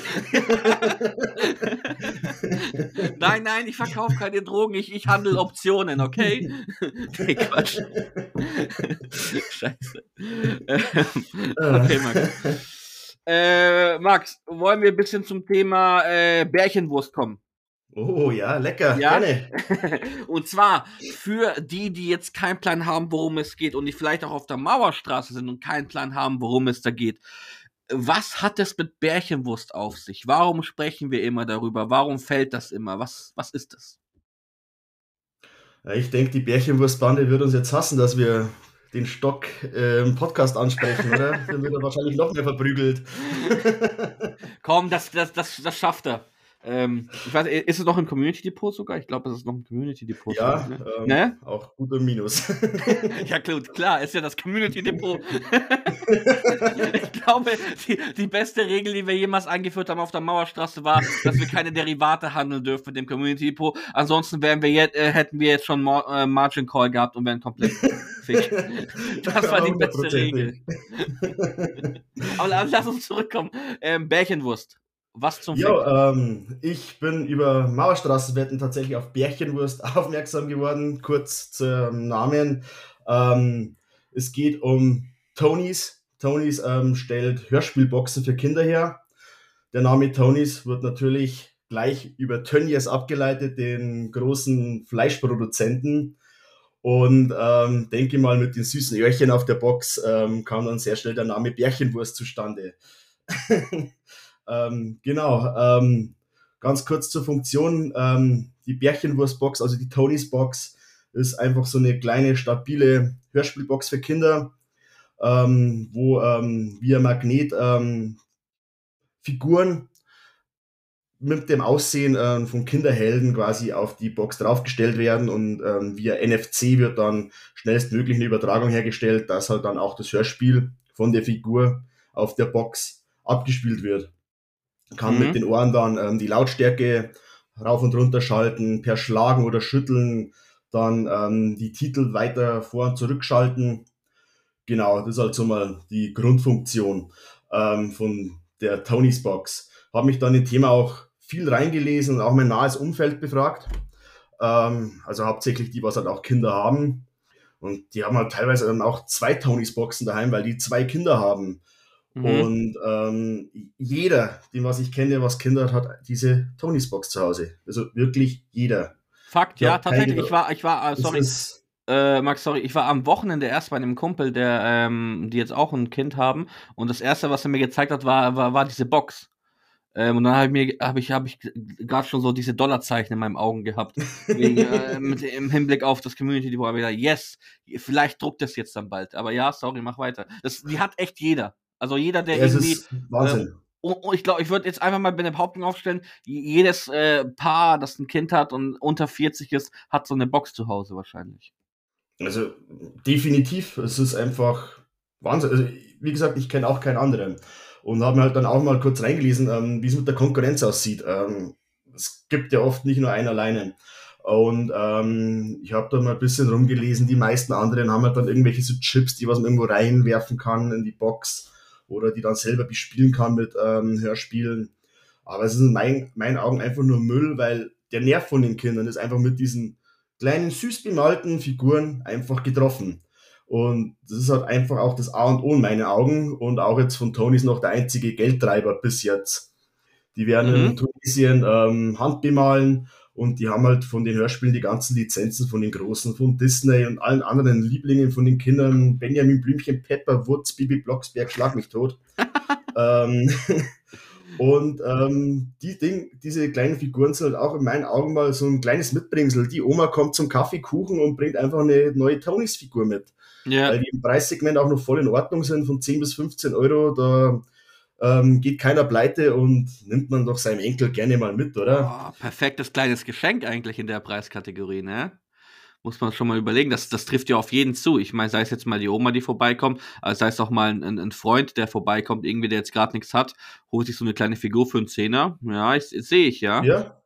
Nein, nein, ich verkaufe keine Drogen, ich, ich handle Optionen, okay? Nee, Quatsch. Scheiße. Okay, Max. Äh, Max, wollen wir ein bisschen zum Thema äh, Bärchenwurst kommen? Oh ja, lecker, ja? gerne. Und zwar für die, die jetzt keinen Plan haben, worum es geht und die vielleicht auch auf der Mauerstraße sind und keinen Plan haben, worum es da geht. Was hat es mit Bärchenwurst auf sich? Warum sprechen wir immer darüber? Warum fällt das immer? Was, was ist das? Ja, ich denke, die Bärchenwurstbande wird uns jetzt hassen, dass wir den Stock äh, im Podcast ansprechen, oder? Dann wird er wahrscheinlich noch mehr verprügelt. Komm, das, das, das, das schafft er. Ähm, ich weiß, ist es noch im Community Depot sogar? Ich glaube, es ist noch im Community Depot. Ja, sogar, ne? Ähm, ne? Auch gut im Minus. Ja, klar, klar, ist ja das Community Depot. Ich glaube, die, die beste Regel, die wir jemals eingeführt haben auf der Mauerstraße, war, dass wir keine Derivate handeln dürfen mit dem Community Depot. Ansonsten wären wir jetzt, äh, hätten wir jetzt schon Mar- äh, Margin Call gehabt und wären komplett fick. Das war die beste Regel. Aber lass uns zurückkommen. Ähm, Bärchenwurst. Was zum Ja, ähm, ich bin über Mauerstraßenwetten tatsächlich auf Bärchenwurst aufmerksam geworden. Kurz zum Namen. Ähm, es geht um Tonys. Tonys ähm, stellt Hörspielboxen für Kinder her. Der Name Tonys wird natürlich gleich über Tönnies abgeleitet, den großen Fleischproduzenten. Und ähm, denke mal, mit den süßen Öhrchen auf der Box ähm, kam dann sehr schnell der Name Bärchenwurst zustande. Ähm, genau, ähm, ganz kurz zur Funktion. Ähm, die Bärchenwurstbox, also die Tonys Box, ist einfach so eine kleine, stabile Hörspielbox für Kinder, ähm, wo ähm, via Magnet ähm, Figuren mit dem Aussehen äh, von Kinderhelden quasi auf die Box draufgestellt werden und ähm, via N F C wird dann schnellstmöglich eine Übertragung hergestellt, dass halt dann auch das Hörspiel von der Figur auf der Box abgespielt wird. Kann Mhm. mit den Ohren dann ähm, die Lautstärke rauf und runter schalten, per Schlagen oder Schütteln, dann ähm, die Titel weiter vor- und zurückschalten. Genau, das ist halt so mal die Grundfunktion ähm, von der Tonys Box. Habe mich dann im Thema auch viel reingelesen und auch mein nahes Umfeld befragt. Ähm, also hauptsächlich die, was halt auch Kinder haben. Und die haben halt teilweise dann auch zwei Tonys Boxen daheim, weil die zwei Kinder haben. Mhm. Und ähm, jeder, den was ich kenne, was Kinder hat, hat diese Tonys Box zu Hause. Also wirklich jeder. Fakt, Ich ja, hab tatsächlich. keine- Ich war, ich war, äh, Es sorry, ist, äh, Max, sorry, ich war am Wochenende erst bei einem Kumpel, der, ähm, die jetzt auch ein Kind haben. Und das erste, was er mir gezeigt hat, war, war, war diese Box. Ähm, und dann habe ich mir, habe ich, habe ich gerade schon so diese Dollarzeichen in meinen Augen gehabt. Wegen, äh, mit, im Hinblick auf das Community Depot. Aber wieder, yes, vielleicht druckt das jetzt dann bald. Aber ja, sorry, mach weiter. Das, die hat echt jeder. Also jeder, der es irgendwie. ist Wahnsinn. Äh, und, und ich glaube, ich würde jetzt einfach mal eine Behauptung aufstellen, jedes äh, Paar, das ein Kind hat und unter vierzig ist, hat so eine Box zu Hause wahrscheinlich. Also definitiv, es ist einfach Wahnsinn. Also, wie gesagt, ich kenne auch keinen anderen. Und habe mir halt dann auch mal kurz reingelesen, ähm, wie es mit der Konkurrenz aussieht. Ähm, es gibt ja oft nicht nur einen alleine. Und ähm, ich habe da mal ein bisschen rumgelesen. Die meisten anderen haben halt dann irgendwelche so Chips, die was man irgendwo reinwerfen kann in die Box oder die dann selber bespielen kann mit ähm, Hörspielen. Aber es ist in mein, meinen Augen einfach nur Müll, weil der Nerv von den Kindern ist einfach mit diesen kleinen, süß bemalten Figuren einfach getroffen. Und das ist halt einfach auch das A und O in meinen Augen und auch jetzt von Tonys noch der einzige Geldtreiber bis jetzt. Die werden in Mhm. Tunesien ähm, handbemalen und die haben halt von den Hörspielen die ganzen Lizenzen von den Großen, von Disney und allen anderen Lieblingen von den Kindern, Benjamin Blümchen, Pepper Woods, Bibi Blocksberg, schlag mich tot. ähm, und ähm, die Ding, diese kleinen Figuren sind halt auch in meinen Augen mal so ein kleines Mitbringsel. Die Oma kommt zum Kaffeekuchen und bringt einfach eine neue Tonys-Figur mit. Ja. Weil die im Preissegment auch noch voll in Ordnung sind, von zehn bis fünfzehn Euro. Da ähm, geht keiner pleite und nimmt man doch seinem Enkel gerne mal mit, oder? Oh, perfektes kleines Geschenk eigentlich in der Preiskategorie, ne? Muss man schon mal überlegen, das, das trifft ja auf jeden zu. Ich meine, sei es jetzt mal die Oma, die vorbeikommt, also sei es auch mal ein, ein Freund, der vorbeikommt, irgendwie, der jetzt gerade nichts hat, holt sich so eine kleine Figur für einen Zehner. Ja, ich, sehe ich, ja. Ja,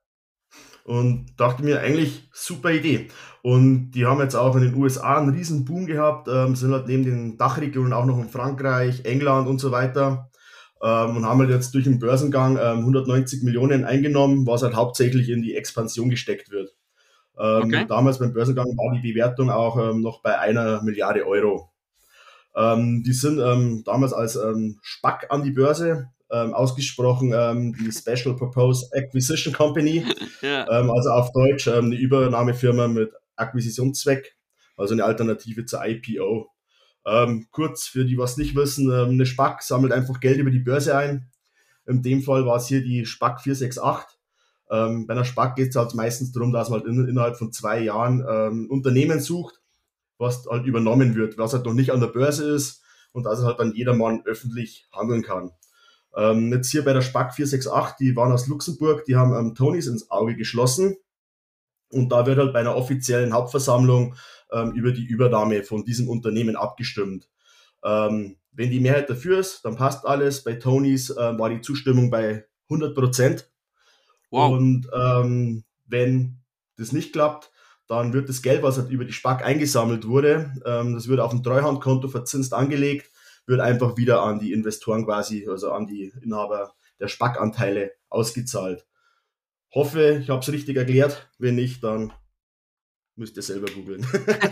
und dachte mir eigentlich super Idee. Und die haben jetzt auch in den U S A einen riesen Boom gehabt, ähm, sind halt neben den Dachregionen auch noch in Frankreich, England und so weiter, ähm, und haben halt jetzt durch den Börsengang ähm, hundertneunzig Millionen eingenommen, was halt hauptsächlich in die Expansion gesteckt wird. Okay. Ähm, damals beim Börsengang war die Bewertung auch ähm, noch bei einer Milliarde Euro. Ähm, die sind ähm, damals als ähm, SPAC an die Börse ähm, ausgesprochen, ähm, die Special Purpose Acquisition Company, Ja. ähm, also auf Deutsch ähm, eine Übernahmefirma mit Akquisitionszweck, also eine Alternative zur I P O. Ähm, kurz für die, was nicht wissen, ähm, eine SPAC sammelt einfach Geld über die Börse ein. In dem Fall war es hier die SPAC vier sechs acht. Ähm, bei einer SPAC geht es halt meistens darum, dass man halt in, innerhalb von zwei Jahren ähm, Unternehmen sucht, was halt übernommen wird, was halt noch nicht an der Börse ist und dass halt dann jedermann öffentlich handeln kann. Ähm, jetzt hier bei der SPAC vier sechs acht, die waren aus Luxemburg, die haben ähm, Tonys ins Auge geschlossen und da wird halt bei einer offiziellen Hauptversammlung ähm, über die Übernahme von diesem Unternehmen abgestimmt. Ähm, wenn die Mehrheit dafür ist, dann passt alles. Bei Tonys äh, war die Zustimmung bei hundert Prozent. Wow. Und ähm, wenn das nicht klappt, dann wird das Geld, was halt über die SPAC eingesammelt wurde, ähm, das wird auf ein Treuhandkonto verzinst angelegt, wird einfach wieder an die Investoren quasi, also an die Inhaber der SPAC-Anteile ausgezahlt. Hoffe, ich habe es richtig erklärt. Wenn nicht, dann müsst ihr selber googeln.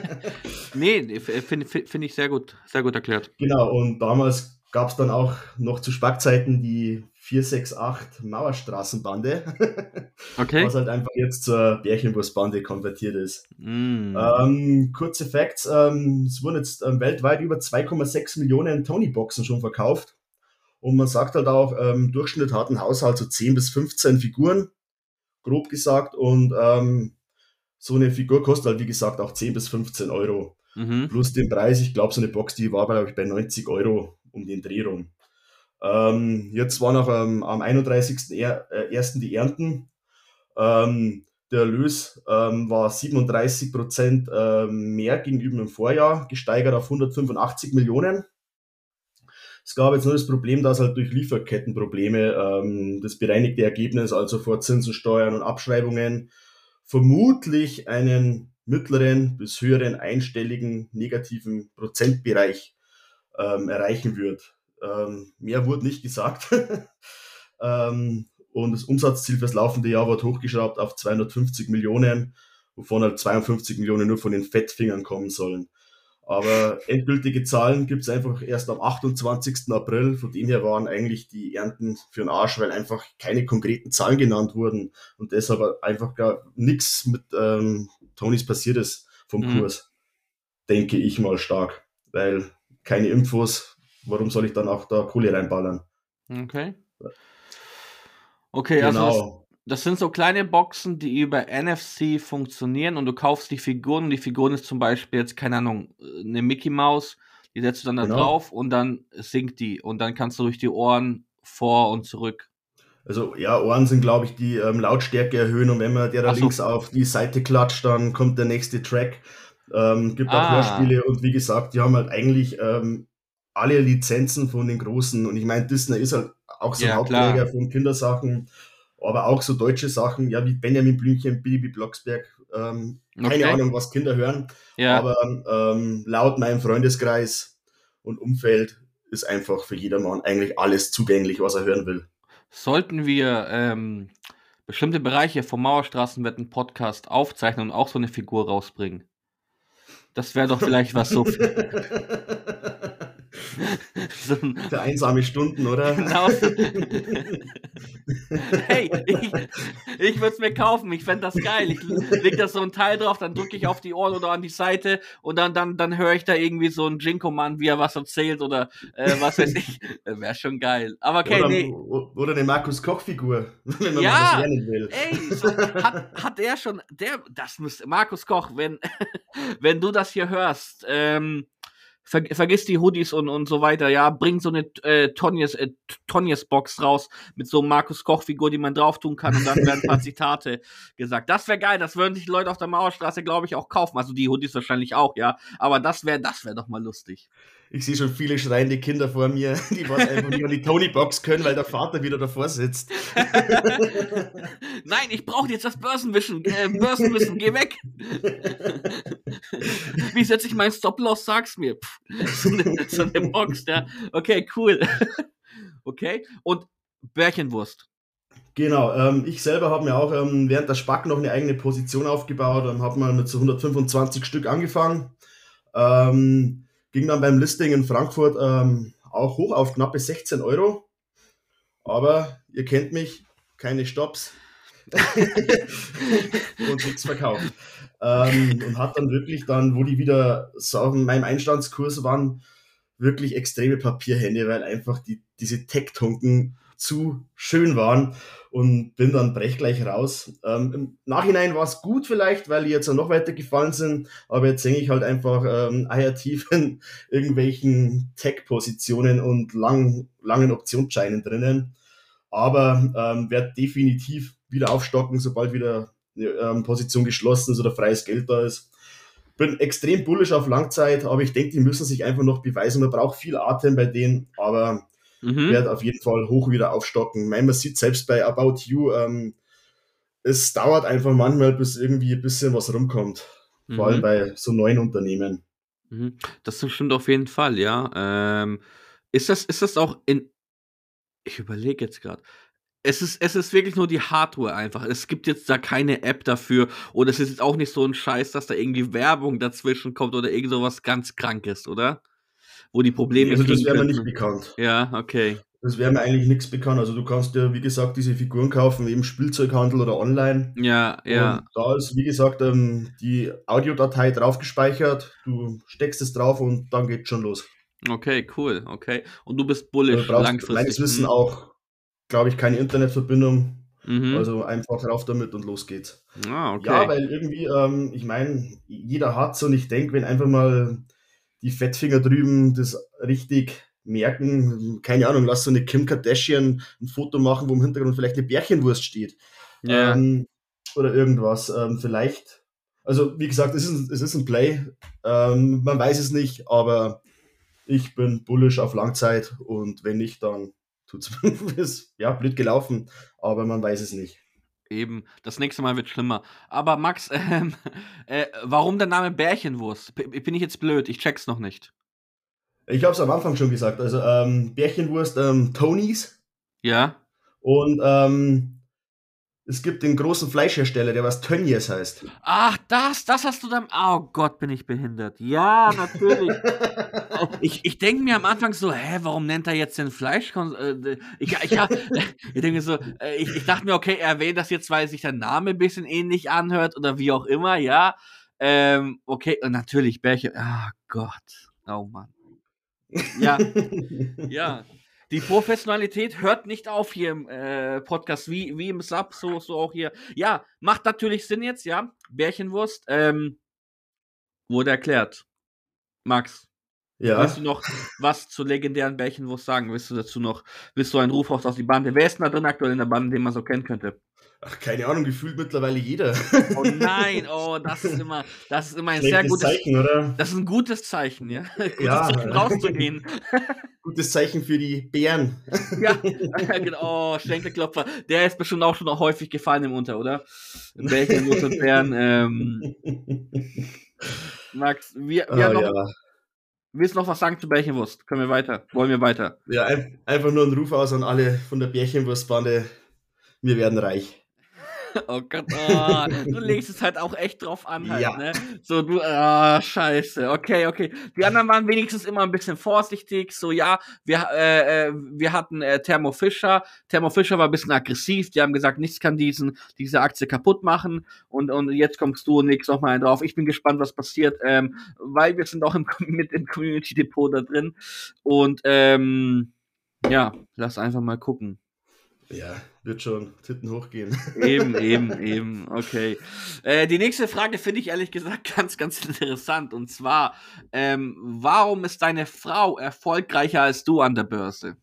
Nee, finde find ich sehr gut, sehr gut erklärt. Genau, und damals gab es dann auch noch zu SPAC-Zeiten die vier sechs acht Mauerstraßenbande, Okay. was halt einfach jetzt zur Bärchenwurstbande konvertiert ist. Mm. Ähm, kurze Facts, ähm, es wurden jetzt ähm, weltweit über zwei Komma sechs Millionen Tony-Boxen schon verkauft und man sagt halt auch, ähm, im Durchschnitt hat ein Haushalt so zehn bis fünfzehn Figuren, grob gesagt, und ähm, so eine Figur kostet halt, wie gesagt, auch zehn bis fünfzehn Euro. Mhm. Plus den Preis, ich glaube, so eine Box, die war, glaube ich, bei neunzig Euro um den Dreh rum. Ähm, jetzt war noch ähm, am einunddreißigsten ersten die Ernten. Ähm, der Erlös ähm, war siebenunddreißig Prozent ähm, mehr gegenüber dem Vorjahr, gesteigert auf hundertfünfundachtzig Millionen. Es gab jetzt nur das Problem, dass halt durch Lieferkettenprobleme ähm, das bereinigte Ergebnis, also vor Zinsen, Steuern und Abschreibungen, vermutlich einen mittleren bis höheren einstelligen negativen Prozentbereich ähm, erreichen wird. Ähm, mehr wurde nicht gesagt. ähm, und das Umsatzziel fürs laufende Jahr wird hochgeschraubt auf zweihundertfünfzig Millionen, wovon halt zweiundfünfzig Millionen nur von den Fettfingern kommen sollen. Aber endgültige Zahlen gibt es einfach erst am achtundzwanzigsten April. Von dem her waren eigentlich die Ernten für den Arsch, weil einfach keine konkreten Zahlen genannt wurden und deshalb einfach gar nichts mit ähm, Tonys passiert ist vom Mhm. Kurs. Denke ich mal stark, weil keine Infos, warum soll ich dann auch da Kohle reinballern? Okay. Okay, also das, Genau, das sind so kleine Boxen, die über N F C funktionieren und du kaufst die Figuren und die Figuren ist zum Beispiel jetzt, keine Ahnung, eine Mickey Maus, die setzt du dann da genau. drauf und dann singt die und dann kannst du durch die Ohren vor und zurück. Also ja, Ohren sind, glaube ich, die ähm, Lautstärke erhöhen und wenn man der da Ach so. links auf die Seite klatscht, dann kommt der nächste Track. Ähm, gibt auch Ah. Hörspiele und wie gesagt, die haben halt eigentlich ähm, alle Lizenzen von den Großen und ich meine, Disney ist halt auch so ein Ja, Hauptträger klar. von Kindersachen, aber auch so deutsche Sachen, ja, wie Benjamin Blümchen, Bibi Blocksberg, ähm, keine Okay. Ahnung, was Kinder hören, Ja. aber ähm, laut meinem Freundeskreis und Umfeld ist einfach für jedermann eigentlich alles zugänglich, was er hören will. Sollten wir ähm, bestimmte Bereiche vom Mauerstraßenwetten Podcast aufzeichnen und auch so eine Figur rausbringen? Das wäre doch vielleicht was so für, so ein, Für einsame Stunden, oder? genau. Hey, ich, ich würde es mir kaufen. Ich fände das geil. Ich leg da so ein Teil drauf, dann drücke ich auf die Ohren oder an die Seite und dann, dann, dann höre ich da irgendwie so einen Jinko-Mann, wie er was erzählt oder äh, was weiß ich. Wäre schon geil. Aber okay, oder, nee. oder eine Markus-Koch-Figur, wenn man Ja, mal was lernen will. Ey, so, hat, hat er schon, der, das müsste, Markus Koch, wenn, wenn du das hier hörst, ähm, Ver vergiss die Hoodies und, und so weiter, ja, bring so eine äh, Tonjes, äh, Tonjes-Box raus mit so einem Markus-Koch-Figur, die man drauf tun kann und dann werden ein paar Zitate gesagt. Das wäre geil, das würden sich die Leute auf der Mauerstraße, glaube ich, auch kaufen. Also die Hoodies wahrscheinlich auch, ja, aber das wäre das wär doch mal lustig. Ich sehe schon viele schreiende Kinder vor mir, die was einfach nicht an die Tony-Box können, weil der Vater wieder davor sitzt. Nein, ich brauche jetzt das Börsenwissen. Äh, Börsenwissen, geh weg. Wie setze ich meinen Stop-Loss? Sag's mir. Pff, so, eine, so eine Box, ja. Okay, cool. Okay, und Bärchenwurst. Genau, ähm, ich selber habe mir auch ähm, während der Spack noch eine eigene Position aufgebaut und habe mal mit so hundertfünfundzwanzig Stück angefangen. Ähm, ging dann beim Listing in Frankfurt ähm, auch hoch auf knappe sechzehn Euro. Aber ihr kennt mich, keine Stops und nichts verkauft. Ähm, und hat dann wirklich dann, wo die wieder so auf meinem Einstandskurs waren, wirklich extreme Papierhände, weil einfach die, diese Tech-Tunken zu schön waren und bin dann brechgleich raus. Ähm, Im Nachhinein war es gut vielleicht, weil die jetzt noch weiter gefallen sind, aber jetzt hänge ich halt einfach ähm, eiertief in irgendwelchen Tech-Positionen und lang, langen Optionsscheinen drinnen. Aber ähm, werde definitiv wieder aufstocken, sobald wieder eine ähm, Position geschlossen ist oder freies Geld da ist. Bin extrem bullish auf Langzeit, aber ich denke, die müssen sich einfach noch beweisen. Man braucht viel Atem bei denen, aber mhm. werde auf jeden Fall hoch wieder aufstocken. Man sieht selbst bei About You, ähm, es dauert einfach manchmal, bis irgendwie ein bisschen was rumkommt. Mhm. Vor allem bei so neuen Unternehmen. Mhm. Das stimmt auf jeden Fall, ja. Ähm, ist das, ist das auch in, ich überlege jetzt gerade, Es ist, es ist wirklich nur die Hardware einfach. Es gibt jetzt da keine App dafür. Und es ist jetzt auch nicht so ein Scheiß, dass da irgendwie Werbung dazwischen kommt oder irgend sowas ganz Krankes, oder? Wo die Probleme Also das wäre mir könnten. nicht bekannt. Ja, okay. Das wäre mir eigentlich nichts bekannt. Also du kannst ja, wie gesagt, diese Figuren kaufen, im Spielzeughandel oder online. Ja, ja. Und da ist, wie gesagt, ähm, die Audiodatei drauf gespeichert. Du steckst es drauf und dann geht's schon los. Okay, cool, okay. Und du bist bullish, du brauchst langfristig. Meines Wissens hm. auch, glaube ich, keine Internetverbindung. Mhm. Also einfach rauf damit und los geht's. Ah, okay. Ja, weil irgendwie, ähm, ich meine, jeder hat's und ich denke, wenn einfach mal die Fettfinger drüben das richtig merken, keine Ahnung, lass so eine Kim Kardashian ein Foto machen, wo im Hintergrund vielleicht eine Bärchenwurst steht. Ja. Ähm, oder irgendwas. Ähm, vielleicht, also wie gesagt, es ist ein, es ist ein Play. Ähm, man weiß es nicht, aber ich bin bullish auf Langzeit und wenn nicht, dann tut's ist ja blöd gelaufen, aber man weiß es nicht. Eben, das nächste Mal wird schlimmer. Aber Max, ähm, äh, warum der Name Bärchenwurst? P- Bin ich jetzt blöd? Ich check's noch nicht. Ich habe es am Anfang schon gesagt, also ähm, Bärchenwurst, ähm, Tonys. Ja? Und ähm, es gibt den großen Fleischhersteller, der was Tönnies heißt. Ach, das, das hast du dann. Oh Gott, bin ich behindert. Ja, natürlich. ich ich denke mir am Anfang so, hä, warum nennt er jetzt den Fleisch? Äh, ich, ich, ich denke so, äh, ich, ich dachte mir, okay, er erwähnt das jetzt, weil sich der Name ein bisschen ähnlich anhört oder wie auch immer, ja. Ähm, okay, und natürlich Bärchen. Ah Gott. Oh Mann. Ja, ja. Die Professionalität hört nicht auf hier im äh, Podcast, wie, wie im Sub, so, so auch hier. Ja, macht natürlich Sinn jetzt, ja. Bärchenwurst, ähm, wurde erklärt. Max, Ja. willst du noch was zur legendären Bärchenwurst sagen? Willst du dazu noch, willst du einen Ruf aus die Bande? Wer ist denn da drin aktuell in der Bande, den man so kennen könnte? Ach, keine Ahnung, gefühlt mittlerweile jeder. Oh nein, oh, das ist immer, das ist immer ein Schlechtes sehr gutes Zeichen, oder? Das ist ein gutes Zeichen, ja. Gutes Ja. Zeichen rauszugehen. Gutes Zeichen für die Bären. Ja, genau, oh, Schenkelklopfer. Der ist bestimmt auch schon noch häufig gefallen im Unter, oder? Bärchenwurst und Bären, ähm. Max, wir, wir Ah, noch, ja. willst du noch was sagen zu Bärchenwurst? Können wir weiter? Wollen wir weiter? Ja, ein, einfach nur ein Ruf aus an alle von der Bärchenwurstbande. Wir werden reich. Oh Gott, oh, du legst es halt auch echt drauf an, halt, Ja. ne? So, du, ah, scheiße, okay, okay. Die anderen waren wenigstens immer ein bisschen vorsichtig, so, ja, wir, äh, äh, wir hatten äh, Thermo Fisher, Thermo Fisher war ein bisschen aggressiv, die haben gesagt, nichts kann diesen, diese Aktie kaputt machen und, und jetzt kommst du und nix noch mal drauf. Ich bin gespannt, was passiert, ähm, weil wir sind auch im, mit im Community Depot da drin und, ähm, ja, lass einfach mal gucken. Ja, wird schon Titten hochgehen. Eben, eben, eben, okay. Äh, die nächste Frage finde ich ehrlich gesagt ganz, ganz interessant. Und zwar, ähm, warum ist deine Frau erfolgreicher als du an der Börse?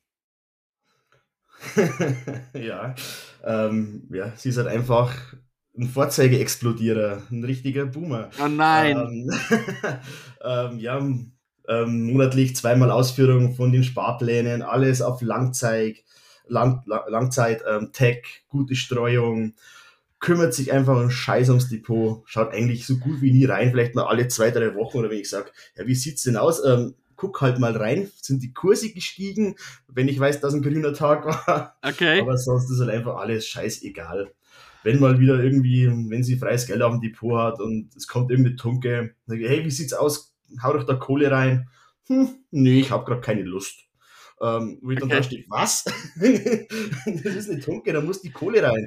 ja, ähm, ja, sie ist halt einfach ein Vorzeigeexplodierer, ein richtiger Boomer. Oh nein. Ähm, ähm, ja, ähm, monatlich zweimal Ausführung von den Sparplänen, alles auf Langzeit, Lang, Lang, Langzeit, ähm, Tech, gute Streuung, kümmert sich einfach einen Scheiß ums Depot, schaut eigentlich so gut wie nie rein, vielleicht mal alle zwei, drei Wochen oder wenn ich sage, ja, wie sieht's denn aus? Ähm, guck halt mal rein, sind die Kurse gestiegen, wenn ich weiß, dass ein grüner Tag war, Okay. aber sonst ist halt einfach alles scheißegal. Wenn mal wieder irgendwie, wenn sie freies Geld auf dem Depot hat und es kommt irgendeine Tunke, sage ich, hey, wie sieht's aus? Hau doch da Kohle rein. Hm, nee, ich habe gerade keine Lust. Ähm, wo ich dann da Okay. stehe, was? Das ist eine Tunke, da muss die Kohle rein.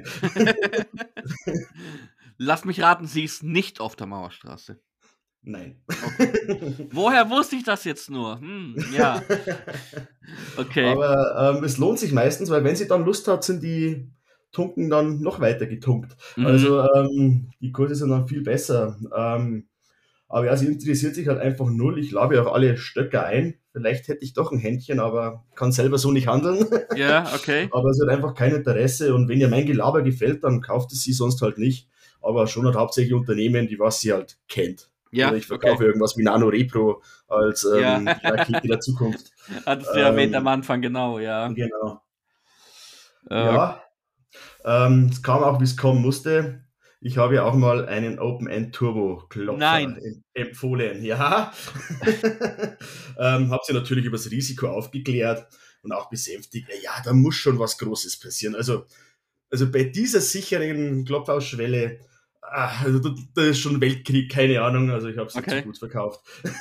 Lass mich raten, sie ist nicht auf der Mauerstraße. Nein. Okay. Woher wusste ich das jetzt nur? Hm, ja. Okay. Aber ähm, es lohnt sich meistens, weil wenn sie dann Lust hat, sind die Tunken dann noch weiter getunkt. Mhm. Also ähm, die Kurse sind dann viel besser. Ähm, aber ja, sie interessiert sich halt einfach null. Ich labe auch alle Stöcke ein. Vielleicht hätte ich doch ein Händchen, aber kann selber so nicht handeln. Ja, okay. Aber sie hat einfach kein Interesse. Und wenn ihr mein Gelaber gefällt, dann kauft es sie sonst halt nicht. Aber schon halt hauptsächlich Unternehmen, die was sie halt kennt. Ja, Oder ich verkaufe okay. irgendwas wie Nano Repro als Ja. ähm, die Rakete der Zukunft. Hattest du ja erwähnt am Ähm, Anfang, genau, ja. genau. Äh, Ja, ähm, es kam auch, wie es kommen musste. Ich habe ja auch mal einen Open-End-Turbo-Klopfer nein. em- empfohlen. Ja. ähm, habe sie natürlich über das Risiko aufgeklärt und auch besänftigt. Ja, da muss schon was Großes passieren. Also, also bei dieser sicheren Klopfausschwelle, ah, also da, da ist schon Weltkrieg, keine Ahnung. Also ich habe sie zu Okay. gut verkauft.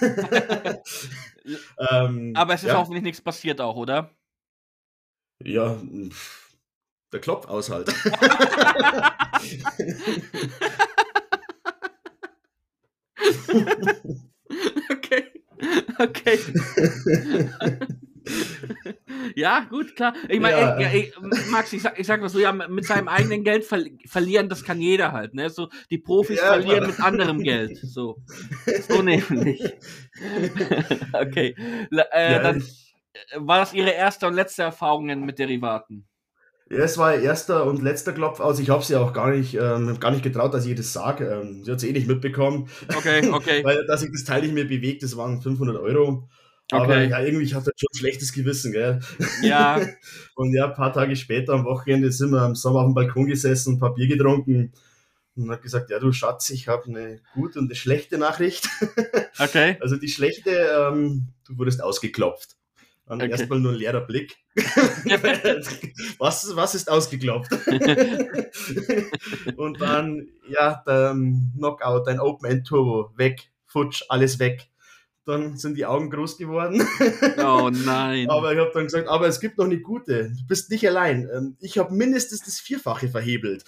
ähm, Aber es ist ja, hoffentlich nichts passiert auch, oder? ja, pff, der Klopfaushalt. Okay. Okay. Ja, gut, klar. Ich meine, Ja, ja, ey, Max, ich sag, ich sag mal so, ja, mit seinem eigenen Geld ver verlieren, das kann jeder halt, ne? So, die Profis ja, verlieren klar. mit anderem Geld. So. So nämlich. Okay. La- Äh, Ja, dann ich, äh, war das Ihre erste und letzte Erfahrungen mit Derivaten? ja, es war ihr erster und letzter Klopf aus. Ich habe sie auch gar nicht, ähm, gar nicht getraut, dass ich ihr das sage. Ähm, sie hat es eh nicht mitbekommen, Okay, okay, weil dass ich das Teil nicht mehr bewegt, das waren fünfhundert Euro. Aber okay. ja, irgendwie, ich hatte schon ein schlechtes Gewissen, gell? Ja, Und ja, ein paar Tage später am Wochenende sind wir im Sommer auf dem Balkon gesessen, ein paar Bier getrunken und hat gesagt, ja du Schatz, ich habe eine gute und eine schlechte Nachricht. okay, Also die schlechte, ähm, du wurdest ausgeklopft. Dann okay. erstmal nur ein leerer Blick. was, was ist ausgeklopft? Und dann, ja, der Knockout, ein Open-End-Turbo, weg, futsch, alles weg. Dann sind die Augen groß geworden. Oh nein. Aber ich habe dann gesagt, aber es gibt noch eine gute. Du bist nicht allein. Ähm, Ich habe mindestens das Vierfache verhebelt.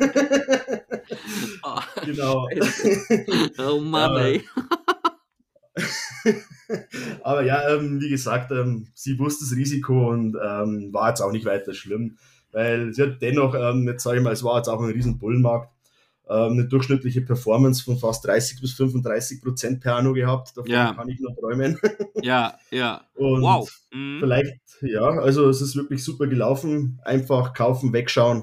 Oh, Genau. oh Mann, Ja, ey. aber ja, ähm, wie gesagt, ähm, sie wusste das Risiko und ähm, war jetzt auch nicht weiter schlimm, weil sie hat dennoch, ähm, jetzt sage ich mal, es war jetzt auch ein riesen Bullenmarkt, ähm, eine durchschnittliche Performance von fast dreißig bis fünfunddreißig Prozent per Anno gehabt. Davon Ja, kann ich nur träumen. ja, ja. Und Wow. Mhm. vielleicht, ja, also es ist wirklich super gelaufen. Einfach kaufen, wegschauen.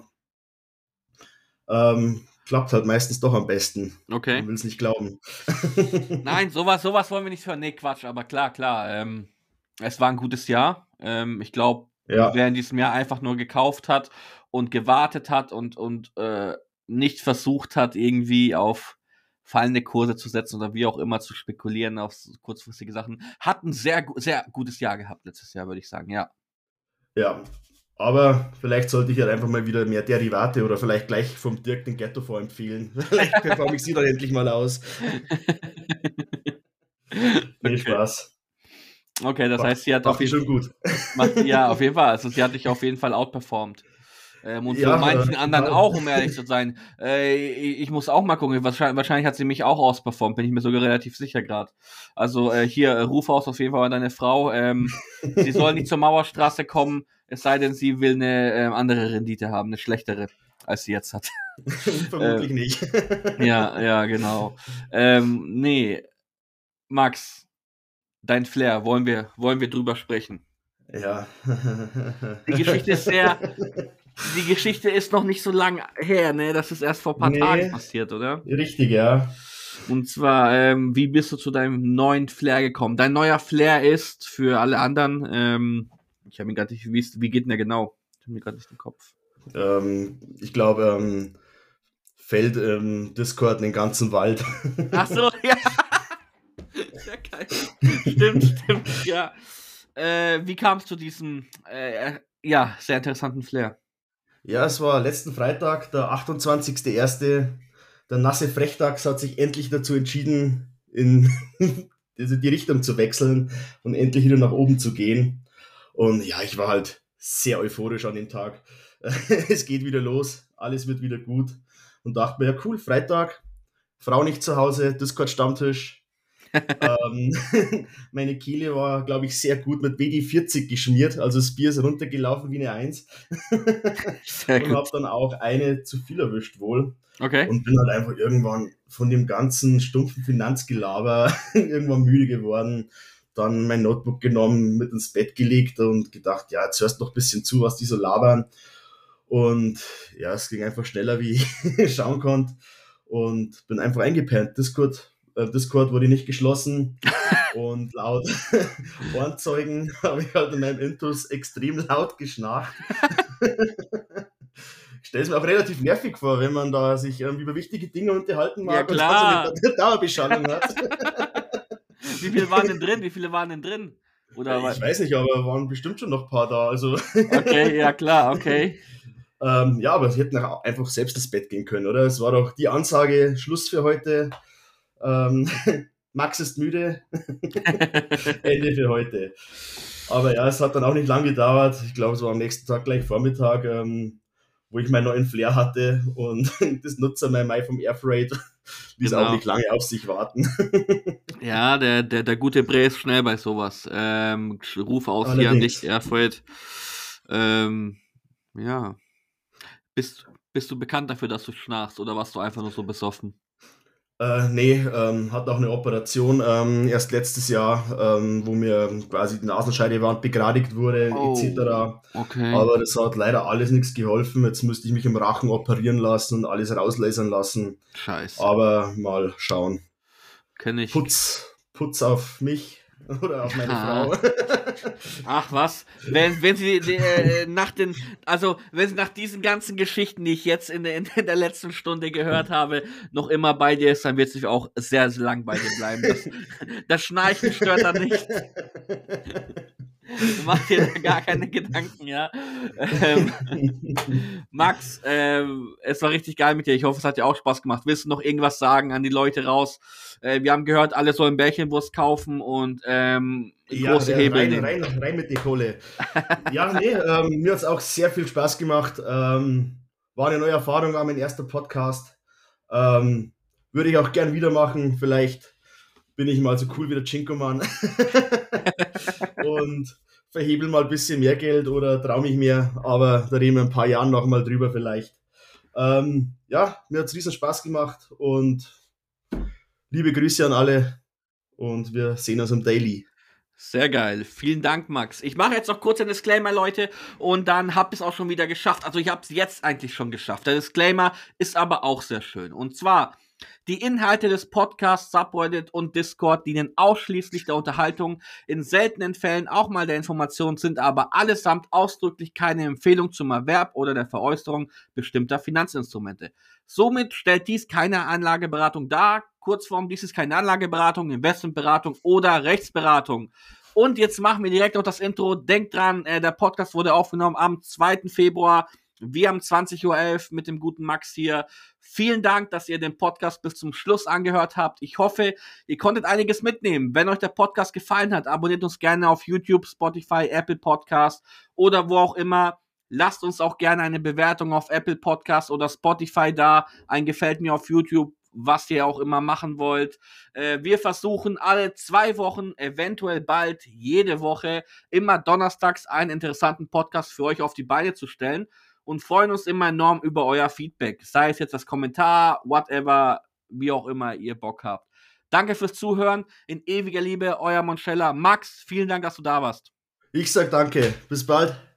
Ähm, klappt halt meistens doch am besten. Okay. Man will es nicht glauben. Nein, sowas, sowas wollen wir nicht hören. Nee, Quatsch, aber klar, klar. Ähm, es war ein gutes Jahr. Ähm, ich glaube, Ja, wer in diesem Jahr einfach nur gekauft hat und gewartet hat und, und äh, nicht versucht hat, irgendwie auf fallende Kurse zu setzen oder wie auch immer zu spekulieren auf so kurzfristige Sachen, hat ein sehr, gu- sehr gutes Jahr gehabt letztes Jahr, würde ich sagen, ja. ja. Aber vielleicht sollte ich halt einfach mal wieder mehr Derivate oder vielleicht gleich vom Dirk den Ghetto vorempfehlen. Vielleicht performe ich sie dann endlich mal aus. Nee, Okay. Spaß. Okay, das Macht, heißt, sie hat auf macht die jeden schon gut. Macht, ja, auf jeden Fall. Also sie hat dich auf jeden Fall outperformt. Ähm, und so Ja, äh, manchen anderen total. auch, um ehrlich zu sein. Äh, ich, ich muss auch mal gucken. Wahrscheinlich, wahrscheinlich hat sie mich auch ausperformt, bin ich mir sogar relativ sicher gerade. Also äh, hier, äh, ruf aus auf jeden Fall an deine Frau. Ähm, sie soll nicht zur Mauerstraße kommen. Es sei denn, sie will eine äh, andere Rendite haben, eine schlechtere, als sie jetzt hat. Vermutlich äh, nicht. ja, ja, genau. Ähm, nee, Max, dein Flair, wollen wir, wollen wir drüber sprechen? Ja. Die Geschichte ist sehr, die Geschichte ist noch nicht so lang her, ne? Das ist erst vor ein paar Tagen Nee, passiert, oder? richtig, ja. Und zwar, ähm, wie bist du zu deinem neuen Flair gekommen? Dein neuer Flair ist für alle anderen, ähm, ich habe mir gerade nicht, wie, ist- wie geht denn der genau? Ich habe mir gerade nicht im Kopf. Ähm, ich glaube, ähm, fällt im Discord den ganzen Wald. Ach so, ja. Sehr geil. Stimmt, stimmt, ja. Äh, wie kam es zu diesem, äh, ja, sehr interessanten Flair? Ja, es war letzten Freitag, der achtundzwanzigster erste Der nasse Frechdachs hat sich endlich dazu entschieden, in also die Richtung zu wechseln und endlich wieder nach oben zu gehen. Und ja, ich war halt sehr euphorisch an dem Tag. Es geht wieder los, alles wird wieder gut. Und dachte mir, ja cool, Freitag, Frau nicht zu Hause, Discord-Stammtisch. ähm, meine Kehle war, glaube ich, sehr gut mit W D vierzig geschmiert, also das Bier ist runtergelaufen wie eine Eins. Sehr Und habe gut. dann auch eine zu viel erwischt wohl. Okay. Und bin halt einfach irgendwann von dem ganzen stumpfen Finanzgelaber irgendwann müde geworden. Dann mein Notebook genommen, mit ins Bett gelegt und gedacht, ja, jetzt hörst du noch ein bisschen zu, was die so labern. Und ja, es ging einfach schneller, wie ich schauen konnte. Und bin einfach eingepennt. Discord, äh, Discord wurde nicht geschlossen. Und laut Ohrenzeugen habe ich halt in meinem Intus extrem laut geschnarcht. Ich stelle es mir auch relativ nervig vor, wenn man da sich irgendwie über wichtige Dinge unterhalten Ja, mag und dann so klar. eine Dauerbeschallung hat. Wie viele waren denn drin? Wie viele waren denn drin? Oder Ich wa- weiß nicht, aber waren bestimmt schon noch ein paar da. Also, Okay, ja klar, okay. ähm, ja, aber sie hätten auch einfach selbst ins Bett gehen können, oder? Es war doch die Ansage, Schluss für heute. Ähm, Max ist müde, Ende für heute. Aber ja, es hat dann auch nicht lange gedauert. Ich glaube, es war am nächsten Tag gleich Vormittag, ähm, wo ich meinen neuen Flair hatte und das Nutzer mein Mai vom Airfreight ließ auch Genau. nicht lange auf sich warten. Ja, der, der, der gute Bre ist schnell bei sowas. Ähm, Ruf aus hier an dich, Allerdings. Erfried. Ähm, ja. Bist, bist du bekannt dafür, dass du schnarchst oder warst du einfach nur so besoffen? Äh, nee, ähm, hat auch eine Operation ähm, erst letztes Jahr, ähm, wo mir quasi die Nasenscheidewand begradigt wurde, Oh, et cetera. okay. Aber das hat leider alles nichts geholfen. Jetzt müsste ich mich im Rachen operieren lassen und alles rauslasern lassen. Scheiße. Aber mal schauen. Kenn ich. Putz, Putz auf mich oder auf meine Ja. Frau. Ach was, wenn, wenn sie äh, nach den, also wenn sie nach diesen ganzen Geschichten, die ich jetzt in der, in der letzten Stunde gehört habe, noch immer bei dir ist, dann wird sie auch sehr, sehr lang bei dir bleiben. Das, das Schnarchen stört dann nicht. Mach dir da gar keine Gedanken, ja. Ähm, Max, ähm, es war richtig geil mit dir. Ich hoffe, es hat dir auch Spaß gemacht. Willst du noch irgendwas sagen an die Leute raus? Äh, wir haben gehört, alle sollen Bärchenwurst kaufen und ähm, Ja, große äh, Hebel rein, nehmen. rein, rein mit die Kohle. Ja, nee, ähm, mir hat es auch sehr viel Spaß gemacht. Ähm, war eine neue Erfahrung, war mein erster Podcast. Ähm, würde ich auch gern wieder machen. Vielleicht bin ich mal so cool wie der Chinko-Mann und verhebel mal ein bisschen mehr Geld oder traue mich mehr. Aber da reden wir in ein paar Jahren noch mal drüber vielleicht. Ähm, ja, mir hat es riesen Spaß gemacht und liebe Grüße an alle und wir sehen uns im Daily. Sehr geil. Vielen Dank, Max. Ich mache jetzt noch kurz einen Disclaimer, Leute, und dann hab ich es auch schon wieder geschafft. Also ich habe es jetzt eigentlich schon geschafft. Der Disclaimer ist aber auch sehr schön. Und zwar, die Inhalte des Podcasts, Subreddit und Discord dienen ausschließlich der Unterhaltung, in seltenen Fällen auch mal der Information, sind aber allesamt ausdrücklich keine Empfehlung zum Erwerb oder der Veräußerung bestimmter Finanzinstrumente. Somit stellt dies keine Anlageberatung dar. Kurzform, dies ist keine Anlageberatung, Investmentberatung oder Rechtsberatung. Und jetzt machen wir direkt noch das Intro. Denkt dran, äh, der Podcast wurde aufgenommen am zweiten Februar. Wir haben zwanzig Uhr elf mit dem guten Max hier. Vielen Dank, dass ihr den Podcast bis zum Schluss angehört habt. Ich hoffe, ihr konntet einiges mitnehmen. Wenn euch der Podcast gefallen hat, abonniert uns gerne auf YouTube, Spotify, Apple Podcast oder wo auch immer. Lasst uns auch gerne eine Bewertung auf Apple Podcast oder Spotify da. Ein gefällt mir auf YouTube was ihr auch immer machen wollt. Äh, wir versuchen alle zwei Wochen, eventuell bald jede Woche, immer donnerstags einen interessanten Podcast für euch auf die Beine zu stellen und freuen uns immer enorm über euer Feedback. Sei es jetzt das Kommentar, whatever, wie auch immer ihr Bock habt. Danke fürs Zuhören. In ewiger Liebe, euer Monchella. Max, vielen Dank, dass du da warst. Ich sag danke. Bis bald.